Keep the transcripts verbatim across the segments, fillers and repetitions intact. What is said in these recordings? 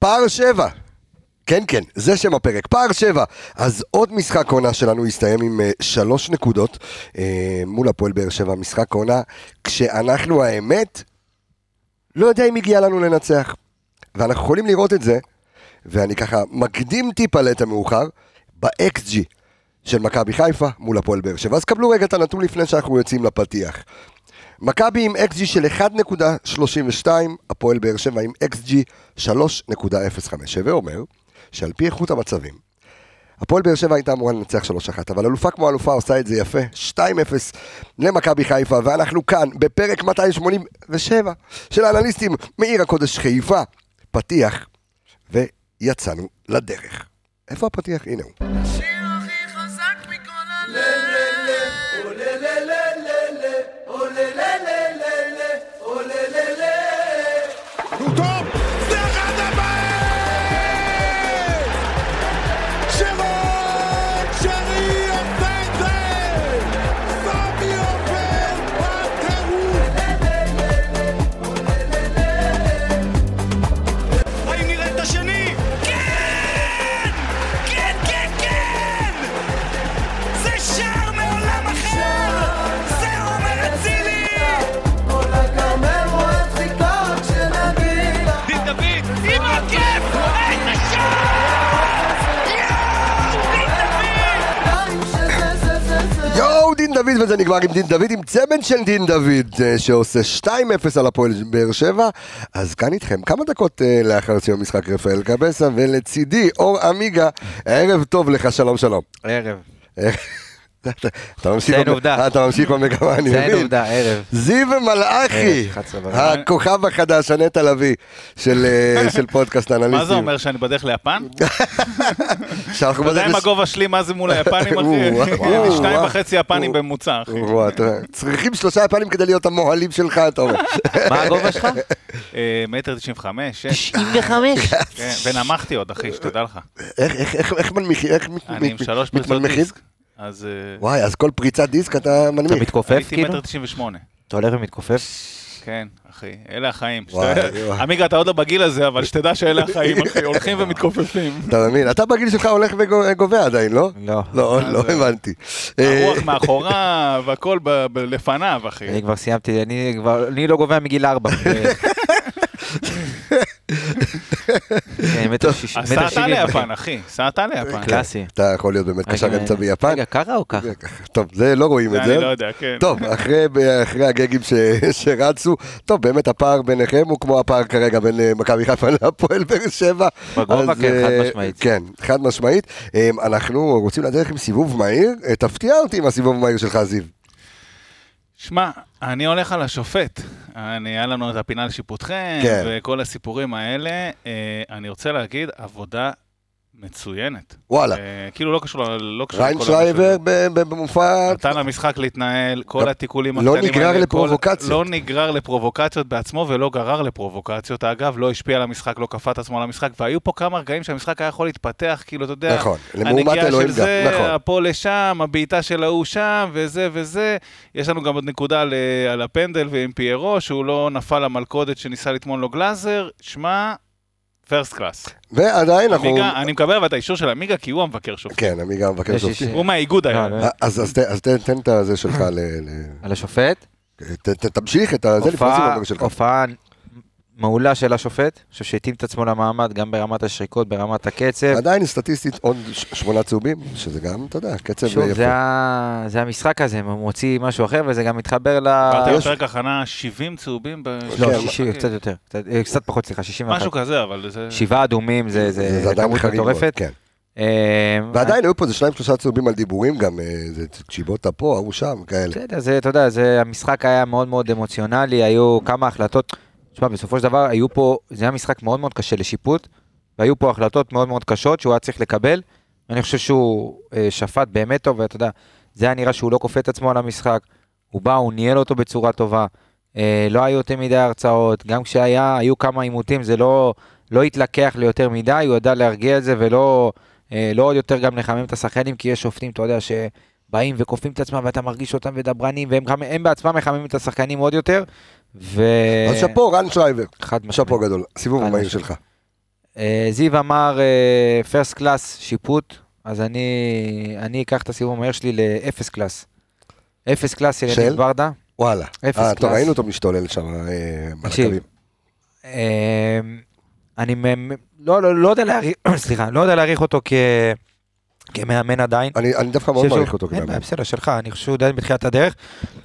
פער שבע. כן, כן, זה שם הפרק, פער שבע. אז עוד משחק עונה שלנו יסתיים עם uh, שלוש נקודות uh, מול הפועל באר שבע, משחק עונה, כשאנחנו האמת לא יודע אם הגיע לנו לנצח. ואנחנו יכולים לראות את זה, ואני ככה מקדים טיפה לעת המאוחר, ב-אקס ג'י של מכבי חיפה מול הפועל באר שבע. אז קבלו רגע את הנתון לפני שאנחנו יוצאים לפתיח. מכבי עם אקס ג'י של אחת נקודה שלושים ושתיים, הפועל באר שבע עם אקס ג'י שלוש נקודה אפס חמש, ואומר שעל פי איכות המצבים, הפועל באר שבע הייתה אמורה לנצח שלוש אחת, אבל אלופה כמו אלופה עושה את זה יפה, שתיים אפס למכבי חיפה, ואנחנו כאן בפרק מאתיים שמונים ושבע של האנליסטים מעיר הקודש חיפה, פתיח, ויצאנו לדרך. איפה הפתיח? הנה הוא. השיר הכי חזק מכל הלב, עולה לללללה, עולה לללללה, עולה ללללה. נו טוב, זה אחד הבאים! שרון שרי עושה את זה! סמי עובר בטירוף! עולה ללללה. האם נראה את השני? כן! כן, כן, כן! זה שער מעולם אחר! זה עומר אצילי! כל הכרמל רואה דחיקה כשנגיד דין דוד, עם הכיף! איזה שער! יואו, דין דוד! יואו, דין דוד, וזה נגמר עם דין דוד, עם צמד של דין דוד, שעושה שתיים אפס על הפועל באר שבע. אז כאן איתכם, כמה דקות לאחר סיום המשחק, רפאל קבסה, ולצידי אור עמיגה. ערב טוב לך, שלום שלום. ערב. אתה ממשיך במגמה, אני מבין. זה עובדה, ערב. זיו מלאכי, הכוכב החדש, הנטע לביא של פודקאסט האנליסטים. מה זה אומר, שאני בדרך ליפן? שאנחנו אתה יודע עם הגובה שלי מה זה מול היפנים, אחי? שתיים וחצי יפנים בממוצע, אחי. צריכים שלושה יפנים כדי להיות המוהלים שלך, אתה אומר. מה הגובה שלך? מטר תשעים וחמש, תשעים וחמש? כן, ונמחתי עוד, אחי, שתדע לך. איך מנמיכים? אני עם שלוש פריצות דיסק. אז... וואי, אז כל פריצת דיסק אתה מנמיך. אתה מתכופף הייתי כאילו? מטר תשעים ושמונה. אתה הולך ומתכופף? כן, אחי, אלה החיים. עמיגה, אתה עוד לא בגיל הזה, אבל שתדע שאלה החיים, אחי, הולכים ומתכופפים. אתה מבין, אתה בגיל שלך הולך וגובע עדיין, לא? לא. לא, לא הבנתי. הרוח מאחוריו, הכל לפניו, אחי. אני כבר סיימתי, אני לא גובע מגיל ארבע. סעתה ליפן, אחי, סעתה ליפן. קלאסי. אתה יכול להיות באמת קשר אמצע ביפן. רגע, ככה או ככה? טוב, זה לא רואים את זה. אני לא יודע, כן. טוב, אחרי הגגים שרצו, טוב, באמת הפער ביניכם הוא כמו הפער כרגע בין מכבי חיפה להפועל באר שבע. בגובה, כן, חד משמעית. כן, חד משמעית. אנחנו רוצים לדרך עם סיבוב מהיר. תפתיע אותי עם הסיבוב המהיר שלך, זיו. שמע, אני הולך על השופט, אני, היה לנו את הפינה לשיפוטכם, כן. וכל הסיפורים האלה, אני רוצה להגיד, עבודה מצוינת. וואלה. כאילו לא קשור, לא קשור. ריינשרייבר במופע... נתן למשחק להתנהל, כל התיקולים הקטנים. לא נגרר לפרובוקציות. לא נגרר לפרובוקציות בעצמו, ולא גרר לפרובוקציות. אגב, לא השפיע על המשחק, לא קפט עצמו על המשחק, והיו פה כמה רגעים שהמשחק היה יכול להתפתח, כאילו, אתה יודע, נכון, למהומת אלוהים גם, נכון. פה לשם, הבעיטה של ההוא שם, וזה וזה. יש לנו גם עוד נקודה על הפנדל ועם פיירו, שהוא לא נפל למלכודת שניסה לטמון לו גלאזר. שמה, פרסט קלאס. ועדיין אנחנו... אני מקבל את האישור של עמיגה, כי הוא המבקר שופטים. כן, עמיגה המבקר שופטים. הוא מהאיגוד היה. אז תן את זה שלך ל... על השופט? תמשיך את זה לפני סיבוב שלך. הופעה מעולה של השופט, אני חושב שהתאים את עצמו למעמד, גם ברמת השריקות, ברמת הקצב. עדיין סטטיסטית עוד שמונה צהובים, שזה גם, אתה יודע, קצב יפה. שוב, זה המשחק הזה, הוא מוציא משהו אחר, וזה גם מתחבר ל... אתה יותר כהכנה שבעים צהובים? לא, שישים, קצת יותר, קצת פחות, סליחה, שישים ואחת. משהו כזה, אבל זה... שבעה אדומים, זה כמות מטורפת. ועדיין היו פה זה שניים שלושה צהובים על דיבורים, גם צ'יבוטה פה, ההוא שם, כאלה. אתה יודע, המשחק היה מאוד מאוד אמוציונלי, היו כמה החלטות. תשמע, בסופו של דבר, היו פה, זה היה משחק מאוד מאוד קשה לשיפוט, והיו פה החלטות מאוד מאוד קשות שהוא היה צריך לקבל, ואני חושב שהוא אה, שפט באמת טוב, ואתה יודע, זה היה נראה שהוא לא כופה את עצמו על המשחק, הוא בא, הוא ניהל אותו בצורה טובה, אה, לא היו יותר מדי הרצאות, גם כשהיה, היו כמה עימותים, זה לא, לא התלקח ליותר מדי, הוא ידע להרגיע את זה, ולא אה, לא עוד יותר גם לחמם את השחקנים, כי יש שופטים, אתה יודע, שבאים וקופים את עצמם, ואתה מרגיש אותם ודברנים, והם הם בעצמם מחממים את השחקנים עוד יותר, ו... אז שפו, רן שרייבר. חד משמעית. שפו גדול. סיבוב המהיר שלך. אה, זיו אמר פרסט קלאס שיפוט, אז אני אני אקח את הסיבוב המהיר שלי לאפס קלאס. אפס קלאס של יניב ברדה. וואלה. אפס אה, טוב, קלאס. ראינו אותו משתולל שם, אה, תקשיב, בלקבים. אה, אני מ- לא לא- לא יודע להעריך, סליחה, לא יודע להעריך אותו כ- כמאמן עדיין. אני אני דווקא מאוד חושב מעריך שהוא- אותו אין בעיה, כמאמן. בסדר, שלך, אני חושב שהוא עדיין בתחילת הדרך.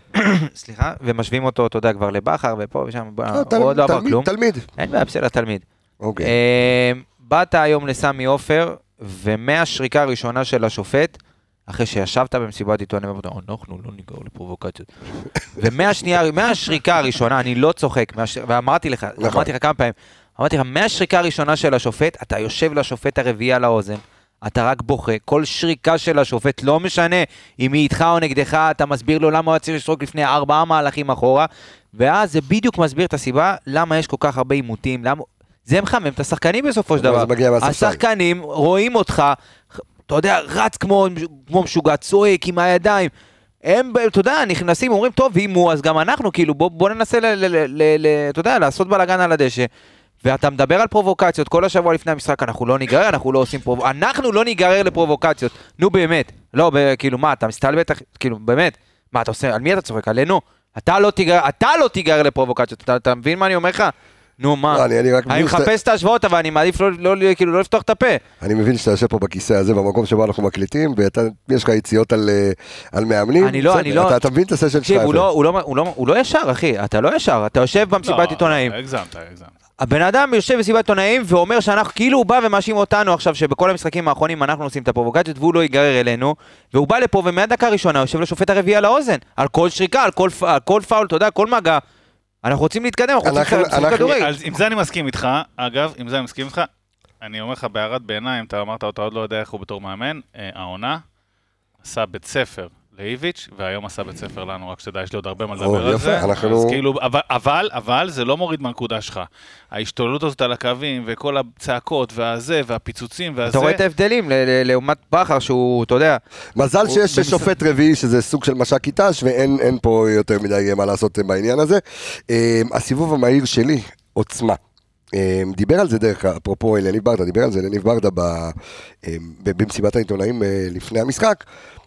סליחה, ומשווים אותו, אתה יודע, כבר לבחר, ופה ושם, לא, הוא תל- עוד לא עבר תלמיד, כלום. תלמיד. אין בעיה, בסדר, תלמיד. אוקיי. אה, באת היום לסמי עופר, ומהשריקה הראשונה של השופט, אחרי שישבת במסיבת עיתונאים, אמרת, אנחנו לא ניגר לפרובוקציות. ומהשנייה, מהשריקה הראשונה, אני לא צוחק, מהש- ואמרתי לך, נכון. אמרתי לך כמה פעמים, אמרתי לך, מהשריקה הראשונה של השופט, אתה יושב לשופט הרביעי על האוזן, אתה רק בוכה, כל שריקה של השופט, לא משנה אם היא איתך או נגדך, אתה מסביר לו למה הוא היה צריך לשרוק לפני ארבעה מהלכים אחורה, ואז זה בדיוק מסביר את הסיבה, למה יש כל כך הרבה עימותים, למה... זה מחמם את השחקנים בסופו של אבל דבר. זה מגיע מהספסל. השחקנים רואים אותך, אתה יודע, רץ כמו, כמו משוגע, צועק עם הידיים. הם, אתה יודע, נכנסים, אומרים, טוב, ואם הוא, אז גם אנחנו, כאילו, בוא, בוא ננסה, ל, ל, ל, ל, ל, אתה יודע, לעשות בלגן על הדשא. ואתה מדבר על פרובוקציות, כל השבוע לפני המשחק, אנחנו לא ניגרר, אנחנו לא עושים פרובוקציות, אנחנו לא ניגרר לפרובוקציות. נו, באמת. לא, ב, כאילו, מה, אתה מסתלבט, כאילו, באמת. מה, אתה עושה, על מי אתה צוחק? עלינו? אתה לא תיגרר, אתה לא תיגרר לפרובוקציות, אתה, אתה מבין מה אני אומר לך? נו, מה? לא, אני- אני רק אני מבין שאתה- מחפש את ההשוואות, אבל אני מעדיף לא, לא, לא, כאילו, לא לפתוח את הפה. אני מבין שאתה יושב פה בכיסא הזה, במקום שבו אנחנו מקליטים, ויש לך יציאות על, אה, על מאמנים. אני לא, בסדר, אני לא- אתה- אתה מבין את הסשן שלך. תקשיב, הוא יפה. לא, הוא, לא, הוא, לא, הוא לא ישר, אחי, אתה לא ישר, אתה יושב במסיבת עיתונאים. לא, הגזמת, הגזמת. הבן אדם יושב במסיבת עיתונאים ואומר שאנחנו, כאילו הוא בא ומאשים אותנו עכשיו שבכל המשחקים האחרונים אנחנו עושים את הפרובוקציות והוא לא ייגרר אלינו, והוא בא לפה ומהדקה הראשונה יושב לשופט הרביעי על האוזן, על כל שריקה, על כל, על כל פאול, אתה יודע, כל מגע. אנחנו רוצים להתקדם, אנחנו רוצים אנחנו- לשחק אנחנו- כדורגל. אז עם זה אני מסכים איתך, אגב, עם זה אני מסכים איתך. אני אומר לך בהערת בעיניים, אתה אמרת, אתה עוד לא יודע איך הוא בתור מאמן, אה, העונה עשה בית ספר לאיביץ', והיום עשה בית ספר לנו, רק שתדע, יש לי עוד הרבה מה או, לדבר על יפה, זה. אנחנו- אז כאילו, אבל, אבל, אבל זה לא מוריד מהנקודה שלך. ההשתוללות הזאת על הקווים, וכל הצעקות, והזה, והפיצוצים, והזה. אתה רואה את ההבדלים ל- ל- לעומת בכר שהוא, אתה יודע, מזל הוא- שיש במשחק- שופט רביעי, שזה סוג של משק קיטש, ואין אין פה יותר מדי מה לעשות בעניין הזה. אה, הסיבוב המהיר שלי, עוצמה. אה, דיבר על זה דרך, אפרופו אליניב ברדה, דיבר על זה אליניב ברדה ב- אה, ב- במסיבת העיתונאים אה, לפני המשחק,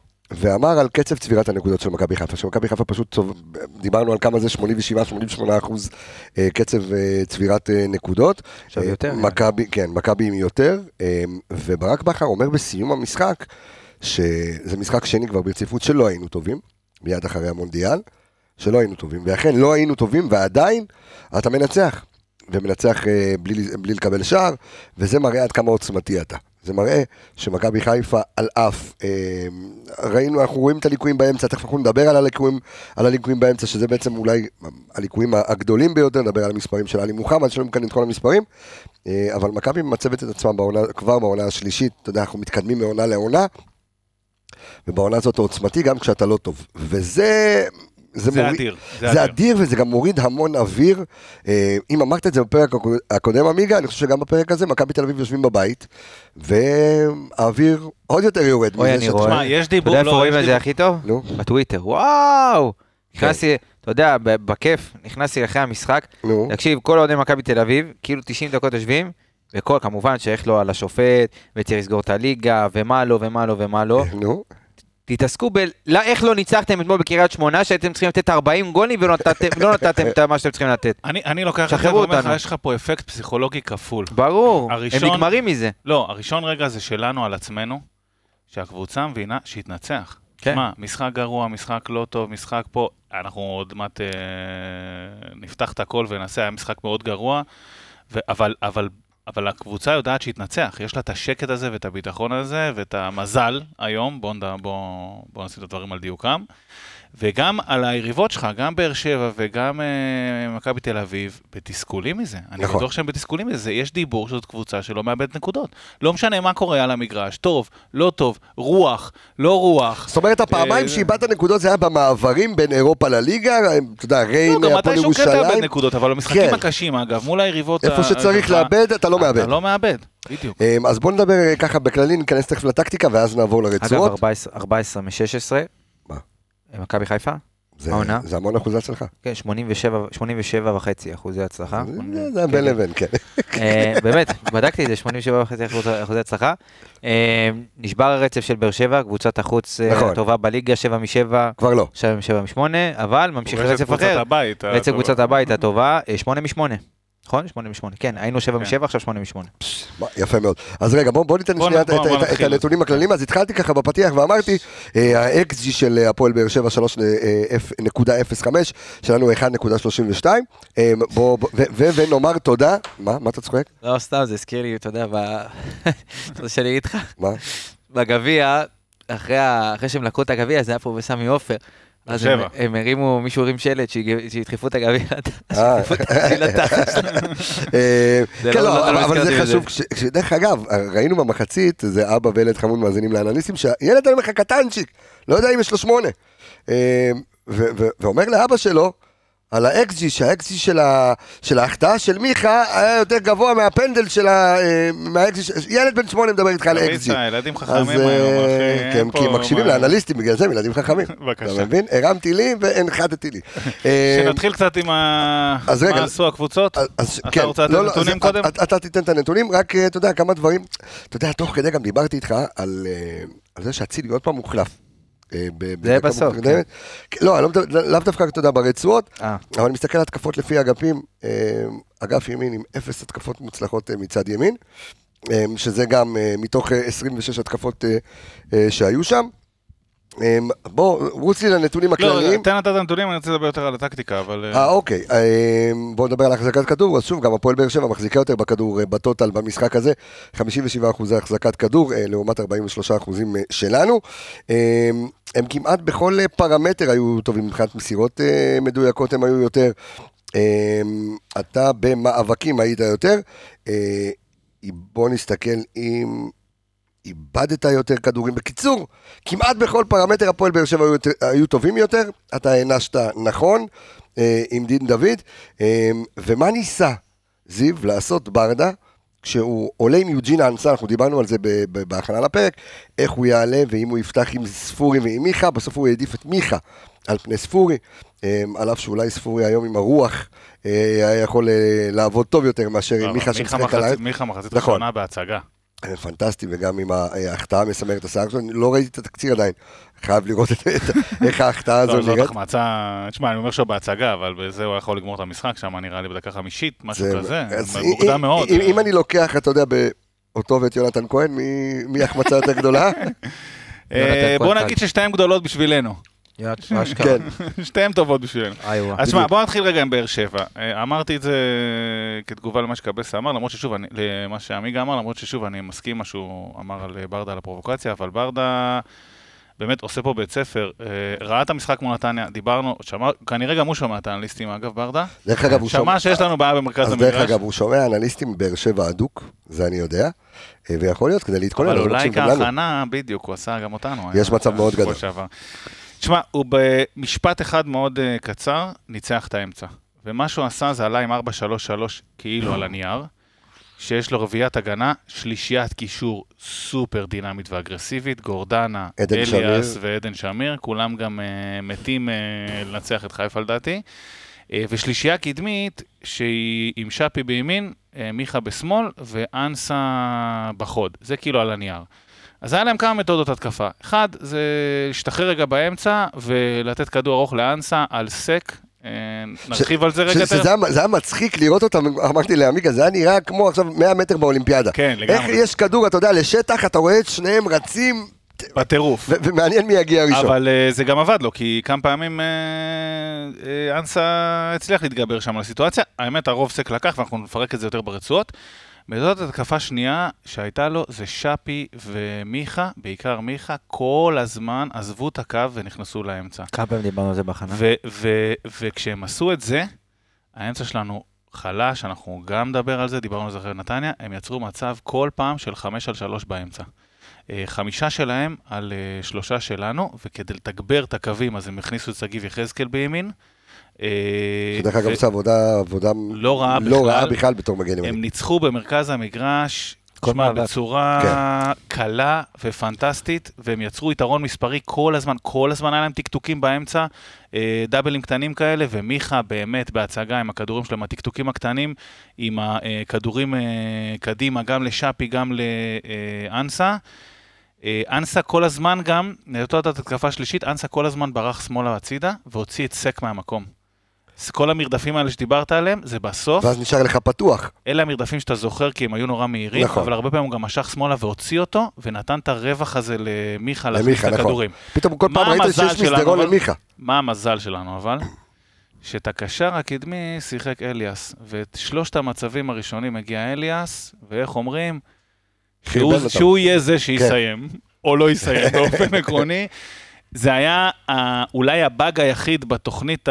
ואמר על קצב צבירת הנקודות של מכבי חיפה, שמכבי חיפה פשוט, צוב- דיברנו על כמה זה שמונים ושבע שמונים ושמונה אחוז אה, קצב אה, צבירת אה, נקודות. עכשיו אה, יותר, מכבי, כן, מכבי עם יותר, אה, וברק בכר אומר בסיום המשחק, שזה משחק שני כבר ברציפות שלא היינו טובים, מיד אחרי המונדיאל, שלא היינו טובים, ואכן לא היינו טובים, ועדיין אתה מנצח, ומנצח אה, בלי, בלי לקבל שער, וזה מראה עד כמה עוצמתי אתה. זה מראה שמכבי חיפה על אף, אה, ראינו, אנחנו רואים את הליקויים באמצע, תכף אנחנו נדבר על הליקויים, על הליקויים באמצע, שזה בעצם אולי הליקויים הגדולים ביותר, נדבר על המספרים של עלי מוחמד, שלא כאן את כל המספרים, אה, אבל מכבי מצבת את עצמם בעונה, כבר בעונה השלישית, אתה יודע, אנחנו מתקדמים מעונה לעונה, ובעונה הזאת העוצמתי גם כשאתה לא טוב, וזה... זה, זה מוריד, אדיר, זה, זה זה אדיר. אדיר וזה גם מוריד המון אוויר. אה, אם אמרת את זה בפרק הקודם עמיגה, אני חושב שגם בפרק הזה מכבי תל אביב יושבים בבית, והאוויר עוד יותר יורד. אוי, מזה אני שאתה- רואה. תשמע, יש אתה דיבור, יודע איפה לא, רואים יש את זה דיבור. הכי טוב? נו, בטוויטר, וואו! נכנסתי, אתה יודע, ב- בכיף, נכנסתי אחרי המשחק, נו. תקשיב, כל אוהדי מכבי תל אביב, כאילו תשעים דקות יושבים, וכל, כמובן שאיך לא על השופט, וצריך לסגור את הליגה, ומה לא, ומה לא, ומה לא. נו. תתעסקו ב... לא, איך לא ניצחתם אתמול בקריית שמונה, שהייתם צריכים לתת ארבעים גולים, ולא נתתם, לא נתתם את מה שאתם צריכים לתת. אני, אני לוקח את זה שחררו ואומר לך, אותנו. יש לך פה אפקט פסיכולוגי כפול. ברור, הראשון- הם נגמרים מזה. לא, הראשון רגע זה שלנו על עצמנו, שהקבוצה מבינה שהתנצח. כן. תשמע, משחק גרוע, משחק לא טוב, משחק פה, אנחנו עוד מעט אה, נפתח את הכל ונעשה, היה משחק מאוד גרוע, ו- אבל, אבל, אבל הקבוצה יודעת שהתנצח, יש לה את השקט הזה ואת הביטחון הזה ואת המזל היום, בוא, נדע, בוא, בוא נשים את הדברים על דיוקם, וגם על היריבות שלך, גם באר שבע וגם אה, מכבי תל אביב, בתסכולים מזה. אני נכון. בטוח שהם בתסכולים מזה. יש דיבור שזאת קבוצה שלא מאבדת נקודות. לא משנה מה קורה על המגרש, טוב, לא טוב, רוח, לא רוח. זאת אומרת, הפעמיים אה, שאיבדת נקודות זה היה במעברים בין אירופה לליגה, אתה יודע, לא, ריינה, גם הפועל מתי שהוא כן תאבד ירושלים, נקודות, אבל במשחקים כן. הקשים, אגב, מול היריבות... איפה ה- שצריך שלך, לאבד, אתה לא מאבד. אתה לא מאבד, בדיוק. אמ, אז בוא נדבר ככה בכללי, ניכנס תכף לטקטיקה, ואז נעבור אגב, לרצועות. ארבע עשרה ארבע עשרה מ-שש עשרה, מה? מכבי חיפה, זה- העונה? זה המון אחוזי הצלחה. כן, שמונים ושבע שמונים ושבע וחצי אחוזי הצלחה. זה- זה בין לבין, כן. אה, באמת, בדקתי את זה, שמונים ושבע וחצי אחוזי הצלחה. אה, נשבר הרצף של באר שבע, קבוצת החוץ אה, נכון. הטובה בליגה, שבע משבע, כבר לא. שבע משבע משמונה, אבל ממשיך רצף רצף קבוצת אחר. הבית, רצף הטובה. קבוצת הבית הטובה, אה, שמונה משמונה. נכון? שמונה משמונה. כן, היינו שבע כן. משבע, עכשיו שמונה משמונה. מה, יפה מאוד. אז רגע, בוא, בוא ניתן בוא שנייה נ- בוא- את, בוא את, את נתחיל. הנתונים הכלליים. אז התחלתי ככה בפתיח ואמרתי, ה-אקס ג'י של הפועל באר שבע שלוש נקודה אפס חמש, שלנו אחד נקודה שלושים ושתיים. אה, בוא, בוא, ו- ו- ונאמר תודה. מה? מה אתה צוחק? לא, סתם, זה הזכיר לי, אתה יודע, ב... זה שאני אגיד לך, מה? בגביע, אחרי ה- אחרי שהם לקחו את הגביע, זה היה פה בסמי עופר. אז הם, שבע. הם הרימו, מישהו הרים שלט שיג- שידחפו את הגביע, אה. שידחפו את הגביע לתחת. אה, זה כן, לא- לא, לא- אבל- לא אבל הזכרתי זה את זה. חשוב. כש- כש- דרך אגב, ראינו במחצית, זה אבא וילד חמוד מאזינים לאנליסטים, שהילד היה לך קטנצ'יק, לא יודע אם יש לו שמונה. אה, ו- ו- ואומר לאבא שלו, על ה-אקס ג'י, שה-אקס ג'י של ה- של ההחטאה של מיכה היה יותר גבוה מהפנדל של ה... אה, מה-אקס ג'י, ש- ילד בן שמונה מדבר איתך על אקס ג'י. קריצה, ילדים אז חכמים היום, אה, אחי. כן, אין כי פה הם מקשיבים מה- לאנליסטים, בגלל זה הם ילדים חכמים. בבקשה. אתה מבין? הרמתי לי והנחתתי לי. אה, שנתחיל קצת עם ה... אז רגע, מה עשו הקבוצות. אז- אז אתה כן, רוצה לתת לא, לא, נתונים אז קודם? אתה- אתה תיתן את הנתונים, רק אה, אתה יודע, כמה דברים, אתה יודע, תוך כדי גם דיברתי איתך על אה, על זה שהצילי עוד פעם מוחלף. אה, ב- בדקה בסוף, מוקדמת. כן, לא, אני לא מדבר- לאו דווקא, אתה יודע, ברצועות, אה, אבל אני מסתכל על התקפות לפי אגפים, אה, אגף ימין עם אפס התקפות מוצלחות אה, מצד ימין, אה, שזה גם אה, מתוך אה, עשרים ושש התקפות אה, אה, שהיו שם. אה, בוא, רוץ לי לנתונים לא, הכלליים. תן אתה את הנתונים, אני רוצה לדבר יותר על הטקטיקה, אבל... אה, אוקיי. אה, בואו נדבר על החזקת כדור. אז שוב, גם הפועל באר שבע מחזיקה יותר בכדור אה, בטוטל במשחק הזה. חמישים ושבעה אחוזי החזקת כדור, אה, לעומת ארבעים ושלושה אחוזים אה, שלנו. אה, הם כמעט בכל אה, פרמטר היו טובים, מבחינת מסירות אה, מדויקות הם היו יותר. אה, אתה במאבקים היית יותר. אה, בואו נסתכל אם... איבדת יותר כדורים. בקיצור, כמעט בכל פרמטר הפועל באר שבע היו, יותר- היו טובים יותר, אתה הענשת נכון אה, עם דין דוד, אה, ומה ניסה זיו לעשות ברדה, כשהוא עולה עם יוג'ין האנסה, אנחנו דיברנו על זה ב- ב- בהכנה לפרק, איך הוא יעלה ואם הוא יפתח עם ספורי ועם מיכה, בסוף הוא העדיף את מיכה על פני ספורי, אה, על אף שאולי ספורי היום עם הרוח אה, היה יכול אה, לעבוד טוב יותר מאשר עם לא, מיכה מיכה שמשחק מחצית- על הארץ. מיכה מחצית נכון. ראשונה בהצגה. פנטסטי, וגם עם ההחטאה מסמרת השיער שלו, אני לא ראיתי את התקציר עדיין, חייב לראות את- את- איך ההחטאה הזו לא, זאת נראית. החמצה, תשמע, אני אומר שהוא בהצגה, אבל בזה הוא יכול לגמור את המשחק, שם נראה לי בדקה חמישית, משהו זה- כזה, אז מוקדם אם- מאוד. אם- אם אני לוקח, אתה יודע, באותו ואת יונתן כהן, מי- מי החמצה יותר גדולה? אה, בוא יונתן נגיד ששתיים גדולות בשבילנו, אשכרה. כן, שתיים טובות בשבילנו. איואה. אז שמע, בדיוק. בוא נתחיל רגע עם באר שבע. אה, אמרתי את זה כתגובה למה שקבסה אמר, למרות ששוב, אני- למה שעמיגה אמר, למרות ששוב, אני מסכים מה שהוא אמר על ברדה, על הפרובוקציה, אבל ברדה באמת עושה פה בית ספר, אה, ראה את המשחק מול נתניה, דיברנו, שמע, כנראה גם הוא שומע את האנליסטים, אגב, ברדה, דרך אגב, הוא שומע, שמע שיש לנו בעיה במרכז אז דרך המגרש, אגב, הוא שומע אנליסטים באר שבע הדוק, זה אני יודע, אה, ויכול להיות כדי להתכונן, אבל הוא אולי מקשיב גם לנו. כהכנה, בדיוק, הוא עשה גם אותנו. יש היה- מצב מאוד שבוע גדול. שעבר. תשמע, הוא במשפט אחד מאוד אה, קצר, ניצח את האמצע. ומה שהוא עשה זה עלה עם ארבע שלוש שלוש כאילו על הנייר, שיש לו רביעיית הגנה, שלישיית קישור סופר דינמית ואגרסיבית, גורדנה, עדן אליאס שמיר. ועדן שמיר, כולם גם אה, מתים אה, לנצח את חיפה לדעתי. אה, ושלישייה קדמית, שהיא עם שפי בימין, אה, מיכה בשמאל ואנסה בחוד. זה כאילו על הנייר. אז היה להם כמה מתודות התקפה. אחד, זה להשתחרר רגע באמצע ולתת כדור ארוך לאנסה על סק. אה, נרחיב על זה רגע שזה- יותר. זה היה- זה היה מצחיק לראות אותם, אמרתי לעמיגה, זה היה נראה כמו עכשיו מאה מטר באולימפיאדה. כן, לגמרי. איך יש כדור, אתה יודע, לשטח, אתה רואה את שניהם רצים, בטירוף. ו- ומעניין מי יגיע ראשון. אבל uh, זה גם עבד לו, כי כמה פעמים uh, uh, אנסה הצליח להתגבר שם על הסיטואציה. האמת, הרוב סק לקח, ואנחנו נפרק את זה יותר ברצועות. בזאת התקפה שנייה שהייתה לו, זה שפי ומיכה, בעיקר מיכה, כל הזמן עזבו את הקו ונכנסו לאמצע. כמה פעמים דיברנו על זה בהכנה? ו- ו- וכשהם עשו את זה, האמצע שלנו חלש, אנחנו גם נדבר על זה, דיברנו על זה אחרי נתניה, הם יצרו מצב כל פעם של חמש על שלוש באמצע. אה, חמישה שלהם על אה, שלושה שלנו, וכדי לתגבר את הקווים, אז הם הכניסו את סגיב יחזקאל בימין. אה, שדרך אגב, ו- עושה עבודה, עבודה לא רעה לא בכלל. רעה בכלל בתור מגן ימני. הם ניצחו במרכז המגרש כל תשמע, מאבק. בצורה קלה ופנטסטית, והם יצרו יתרון מספרי כל הזמן, כל הזמן היה להם טקטוקים באמצע, אה, דאבלים קטנים כאלה, ומיכה באמת בהצגה עם הכדורים שלהם, הטקטוקים הקטנים, עם הכדורים אה, קדימה, גם לשאפי, גם לאנסה. אה, אנסה כל הזמן גם, נהייתו את התקפה שלישית, אנסה כל הזמן ברח שמאלה הצידה, והוציא את סק מהמקום. כל המרדפים האלה שדיברת עליהם, זה בסוף. ואז נשאר לך פתוח. אלה המרדפים שאתה זוכר, כי הם היו נורא מהירים, נכון. אבל הרבה פעמים הוא גם משך שמאלה והוציא אותו, ונתן את הרווח הזה למיכה להכניס למיכה, את נכון. הכדורים. פתאום כל מה פעם ראית המזל שיש שלנו, מסדרון אבל- למיכה. מה המזל שלנו, אבל? שאת הקשר הקדמי שיחק אליאס, ואת שלושת המצבים הראשונים הגיע אליאס, ואיך אומרים? חירבן שהוא, אותם. שהוא יהיה זה שיסיים, או לא יסיים באופן עקרוני. זה היה אה, אולי הבאג היחיד בתוכנית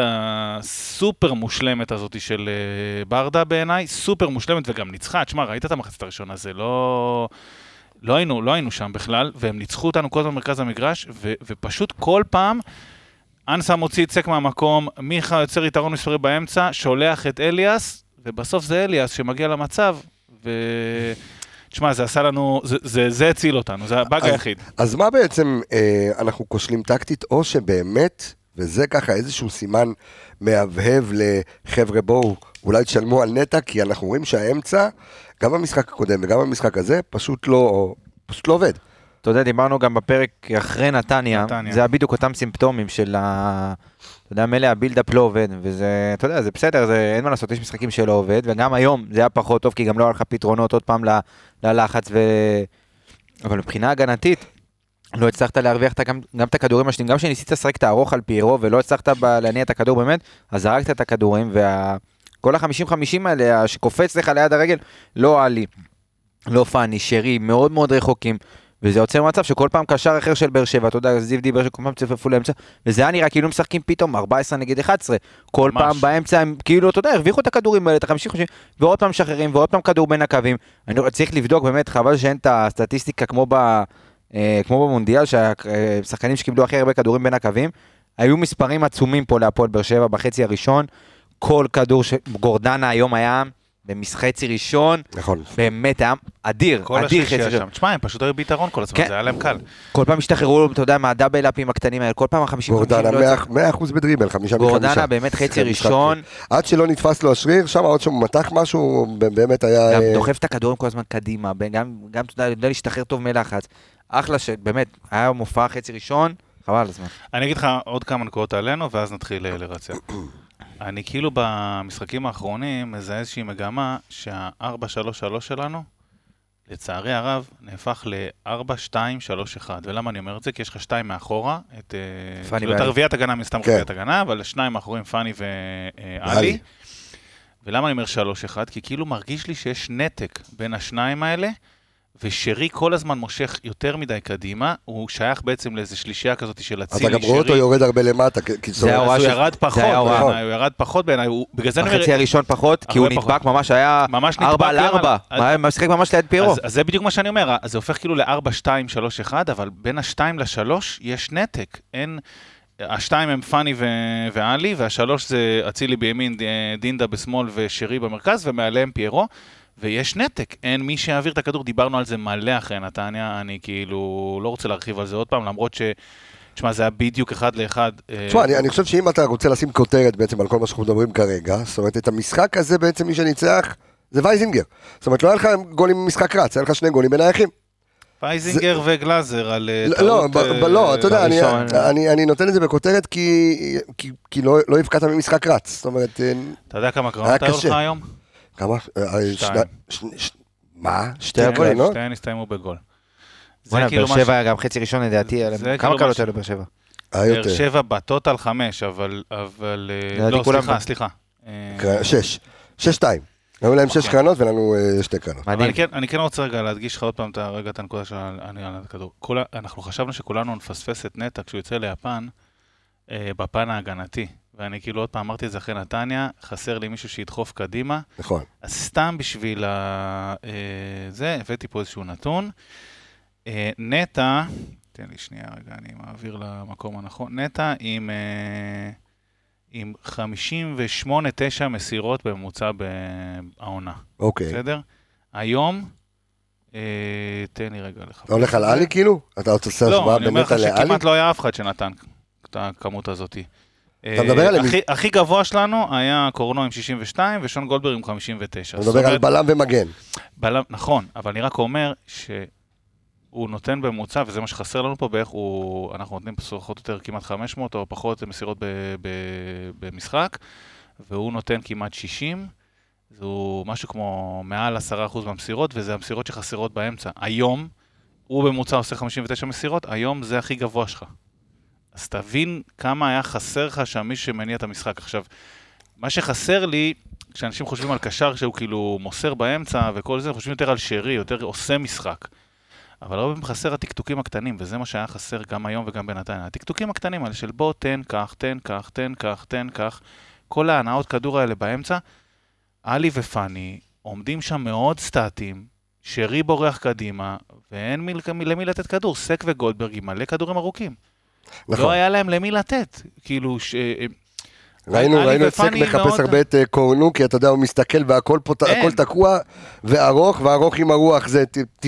הסופר מושלמת הזאת של אה, ברדה בעיניי, סופר מושלמת וגם ניצחה. תשמע, ראית את המחצית הראשונה, זה לא... לא היינו, לא היינו שם בכלל, והם ניצחו אותנו כל הזמן במרכז המגרש, ו, ופשוט כל פעם אנסה מוציא את סק מהמקום, מיכה יוצר יתרון מספרי באמצע, שולח את אליאס, ובסוף זה אליאס שמגיע למצב, ו... תשמע, זה עשה לנו, זה, זה, זה הציל אותנו, זה הבאג אז- היחיד. אז מה בעצם אה, אנחנו כושלים טקטית, או שבאמת, וזה ככה איזשהו סימן מהבהב לחבר'ה בואו, אולי תשלמו על נטע, כי אנחנו רואים שהאמצע, גם במשחק הקודם וגם במשחק הזה, פשוט לא, פשוט לא עובד. אתה יודע, דיברנו גם בפרק אחרי נתניה, נתניה. זה היה בדיוק אותם סימפטומים של ה... אתה יודע, מלא הבילדאפ לא עובד, וזה, אתה יודע, זה בסדר, זה אין מה לעשות, יש משחקים שלא עובד, וגם היום זה היה פחות טוב, כי גם לא היה לך פתרונות עוד פעם ל- ללחץ, ו... אבל מבחינה הגנתית, לא הצלחת להרוויח את ה- גם, גם את הכדורים השניים, גם שניסית לשחק את הארוך על פיירו, ולא הצלחת ב- להניע את הכדור באמת, אז זרקת את הכדורים, וכל ה-חמישים חמישים האלה, שקופץ לך ליד הרגל, לא עלי, לא פאני, שרי, מאוד מאוד רחוקים, וזה יוצר מצב שכל פעם קשר אחר של באר שבע, אתה יודע, זיו דיבר שכל פעם צפפו לאמצע, וזה היה נראה כאילו משחקים פתאום ארבע עשרה נגד אחת עשרה, כל ממש. פעם באמצע הם כאילו, אתה יודע, הרוויחו את הכדורים האלה, את ה-חמישים חמישים, ועוד פעם משחררים, ועוד פעם כדור בין הקווים. אני צריך לבדוק באמת, חבל שאין את הסטטיסטיקה כמו, ב, אה, כמו במונדיאל, שהשחקנים שקיבלו הכי הרבה כדורים בין הקווים, היו מספרים עצומים פה להפועל באר שבע בחצי הראשון, כל כדור שגורדנה היום היה במשחצי ראשון, נכון. באמת היה אדיר, כל אדיר השלישייה חצי ראשון. שם. תשמע, הם פשוט היו ביתרון כל הזמן, כן. זה היה להם קל. כל פעם השתחררו, אתה יודע, מהדאבל-אפים הקטנים האלה, כל פעם ה-חמישים חמישים. גורדנה מאה אחוז בדריבל, חמישה מחמישה. גורדנה באמת חצי ראשון, עד שלא נתפס לו השריר, שם עוד שהוא מתח משהו, באמת היה... גם אה, דוחף את הכדורים כל הזמן קדימה, גם, גם אתה יודע, יודע להשתחרר טוב מלחץ. אחלה שבאמת, היה מופע חצי ראשון, חבל על הזמן. אני אגיד לך עוד כמה נקודות עלינו, ואז נתחיל אה, לרצף. אני כאילו במשחקים האחרונים מזהה איזושהי מגמה שה-ארבע שלוש שלוש שלנו, לצערי הרב, נהפך ל-ארבע שתיים שלוש אחת. ולמה אני אומר את זה? כי יש לך שתיים מאחורה, את... אה, פאני כאילו, את ואלי. הרביעיית הגנה, מסתם כן. רביעיית הגנה, אבל שניים מאחורים, פאני ואלי. ואלי. ולמה אני אומר שלוש אחת? כי כאילו מרגיש לי שיש נתק בין השניים האלה, ושרי כל הזמן מושך יותר מדי קדימה, הוא שייך בעצם לאיזו שלישייה כזאת של אתה אצילי, גם רואה אותו יורד הרבה למטה, כי- כי זאת זה אומרת, ההוראה אז הוא של- ירד זה פחות היה ההוראה. בעיניי, הוא ירד פחות בעיניי, הוא- בגלל זה אני אומר, בחצי הראשון פחות, כי הוא הרבה נדבק פחות. ממש, היה ממש נדבק ארבע על למעלה. ארבע, אז- היה משחק ממש ליד פירו. אז, אז זה בדיוק מה שאני אומר, אז זה הופך כאילו ל-ארבע שתיים שלוש אחת, אבל בין ה-שתיים ל-שלוש יש נתק, אין... השתיים הם פאני ו- ואלי, והשלוש זה אצילי בימין, ד- דינדה בשמאל ושרי במרכז, ומעליהם פיירו, ויש נתק, אין מי שיעביר את הכדור, דיברנו על זה מלא אחרי נתניה, אני כאילו לא רוצה להרחיב על זה עוד פעם, למרות ש... תשמע, זה היה בדיוק אחד לאחד. אה, תשמע, אני, אני חושב שאם אתה רוצה לשים כותרת בעצם על כל מה שאנחנו מדברים כרגע, זאת אומרת, את המשחק הזה בעצם מי שניצח זה וייזינגר. זאת אומרת, לא היה לך גולים במשחק רץ, היה לך שני גולים בנייחים. פייזינגר וגלאזר על אה, לא, טעות... ב- אה, ב- לא, אתה יודע, אני, בראשון. אני, אני נותן את זה בכותרת כי, כי, כי לא, לא הבקעת ממשחק רץ. זאת אומרת, אה, אתה יודע כמה היה קרנות היו קשה. לך היום? כמה? אה, שתיים. שני- ש- מה? שתי שתי הגולים, הקרנות? שתיהן הסתיימו בגול. זה בוא'נה, כאילו באר מה שבע היה גם חצי ראשון לדעתי, זה כמה כאילו קלות מה ש- היו לבאר שבע? היה באר יותר. שבע בטוטל חמש, אבל... אבל אה, לדעתי לא, כולם סליחה, ב- סליחה. אה, קר- שש. שש שתיים. היו להם שש אוקיי. קרנות ולנו אה, שתי קרנות. אבל מדהים. אני כן, אני כן רוצה רגע להדגיש לך עוד פעם את הרגע, את הנקודה של אני על הכדור. כולה- אנחנו חשבנו שכולנו נפספס את נטע כשהוא יוצא ליפן, אה, בפן ההגנתי. ואני כאילו עוד פעם אמרתי את זה אחרי נתניה, חסר לי מישהו שידחוף קדימה. נכון. אז סתם בשביל ה... אה, זה, הבאתי פה איזשהו נתון. אה, נטע, תן לי שנייה רגע, אני מעביר למקום הנכון. נטע עם, אה, עם חמישים ושמונה תשע מסירות בממוצע בעונה. אוקיי. בסדר? היום, אה, תן לי רגע לך. הולך על אלי כאילו? אתה עוד עושה לא, השוואה אני אומר באמת לך על אלי? שכמעט לא היה אף אחד שנתן את הכמות הזאת. אתה מדבר על... הכי, הכי גבוה שלנו היה קורנו עם שישים ושתיים ושון גולדברג עם חמישים ותשע. אתה מדבר על בלם ומגן. בלם, נכון, אבל אני רק אומר שהוא נותן בממוצע, וזה מה שחסר לנו פה, בערך הוא, אנחנו נותנים פחות או יותר כמעט חמש מאות או פחות מסירות ב, ב, במשחק, והוא נותן כמעט שישים, זהו משהו כמו מעל עשרה אחוז במסירות, וזה המסירות שחסרות באמצע. היום, הוא בממוצע עושה חמישים ותשע מסירות, היום זה הכי גבוה שלך. אז תבין כמה היה חסר לך שם מישהו שמניע את המשחק. עכשיו, מה שחסר לי, כשאנשים חושבים על קשר שהוא כאילו מוסר באמצע וכל זה, חושבים יותר על שרי, יותר עושה משחק. אבל הרבה חסר התקתוקים הקטנים, וזה מה שהיה חסר גם היום וגם בינתיים. התקתוקים הקטנים האלה של בוא, תן כך, תן כך, תן כך, תן כך. כל ההנאות כדור האלה באמצע, אלי ופני עומדים שם מאוד סטטיים, שרי בורח קדימה, ואין מי, למי לתת כדור. סק וגולדברג עם מלא כדורים ארוכים. נכון. לא היה להם למי לתת. כאילו ש... ראינו, ראינו את סק מחפש מאוד... הרבה את קורנו, כי אתה יודע, הוא מסתכל והכל פה, הכל תקוע וארוך, והארוך עם הרוח זה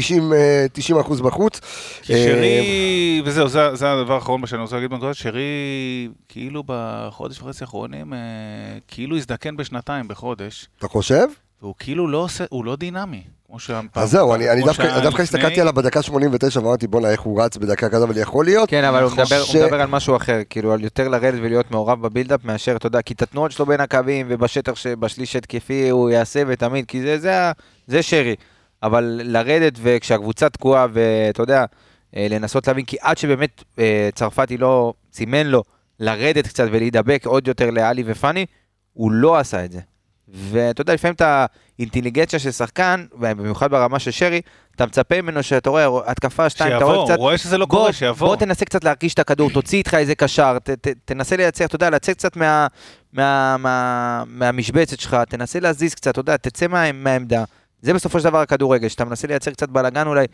תשעים אחוז בחוץ. כי שרי, וזהו, זה, זה הדבר האחרון שאני רוצה להגיד בנקודה, שרי כאילו בחודש וחצי האחרונים, כאילו הזדקן בשנתיים בחודש. אתה חושב? והוא כאילו לא עושה, הוא לא דינמי. אז זהו, אני דווקא הסתכלתי עליו בדקה שמונים ותשע ואמרתי בוא'נה איך הוא רץ בדקה כזו, אבל יכול להיות. כן, אבל הוא מדבר על משהו אחר, כאילו על יותר לרדת ולהיות מעורב בבילדאפ מאשר, אתה יודע, כי את התנועות שלו בין הקווים ובשטח שבשליש התקפי הוא יעשה ותמיד, כי זה שרי. אבל לרדת וכשהקבוצה תקועה ואתה יודע, לנסות להבין, כי עד שבאמת צרפתי לא סימן לו לרדת קצת ולהידבק עוד יותר לאלי ופני, הוא לא עשה את זה. ואתה יודע, לפעמים את האינטליגנציה של שחקן, ובמיוחד ברמה של שרי, אתה מצפה ממנו שאתה רואה התקפה שתיים, אתה רואה קצת... הוא רואה שזה לא קורה, שיבוא. בוא תנסה קצת להרגיש את הכדור, תוציא איתך איזה קשר, תנסה לייצר, אתה יודע, לצאת קצת מהמשבצת שלך, תנסה להזיז קצת, אתה יודע, תצא מהעמדה. זה בסופו של דבר הכדורגל, שאתה מנסה לייצר קצת בלגן אולי,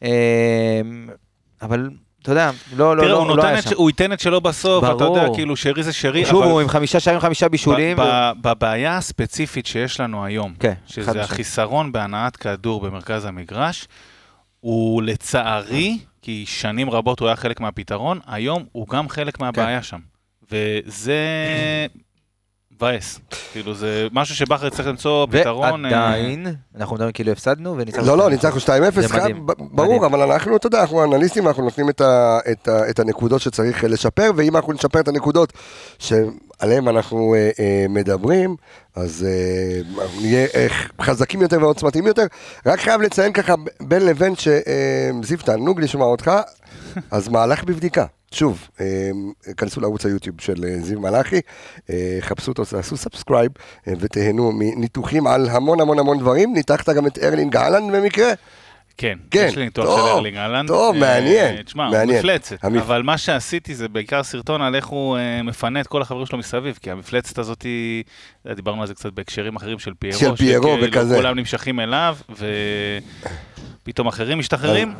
אבל... אתה יודע, לא, לא, לא, לא היה שם. הוא ייתן את שלו בסוף, אתה יודע, כאילו שרי זה שרי. שוב, הוא עם חמישה שערים, חמישה בישולים. בבעיה הספציפית שיש לנו היום, שזה החיסרון בהנעת כדור במרכז המגרש, הוא לצערי, כי שנים רבות הוא היה חלק מהפתרון, היום הוא גם חלק מהבעיה שם. וזה... מבאס. כאילו זה משהו שבחר צריך למצוא פתרון. ועדיין, אנחנו מדברים כאילו הפסדנו וניצחנו. לא, לא, ניצחנו שתיים אפס, ברור, אבל אנחנו, אתה יודע, אנחנו אנליסטים, אנחנו נותנים את הנקודות שצריך לשפר, ואם אנחנו נשפר את הנקודות שעליהן אנחנו מדברים, אז נהיה חזקים יותר ועוצמתיים יותר. רק חייב לציין ככה בין לבין שזיו תענוג לשמוע אותך, אז מהלך בבדיקה. שוב, כנסו לערוץ היוטיוב של זיו מלאכי, חפשו אותו, תעשו סאבסקרייב ותהנו מניתוחים על המון המון המון דברים. ניתחת גם את ארלינג הלנד במקרה? כן, יש לי ניתוח של ארלינג הלנד. טוב, מעניין. תשמע, הוא מפלצת, אבל מה שעשיתי זה בעיקר סרטון על איך הוא מפנה את כל החברים שלו מסביב, כי המפלצת הזאת, דיברנו על זה קצת בהקשרים אחרים של פיירו, של פיירו וכזה. כולם נמשכים אליו, ו... פתאום אחרים משתחררים.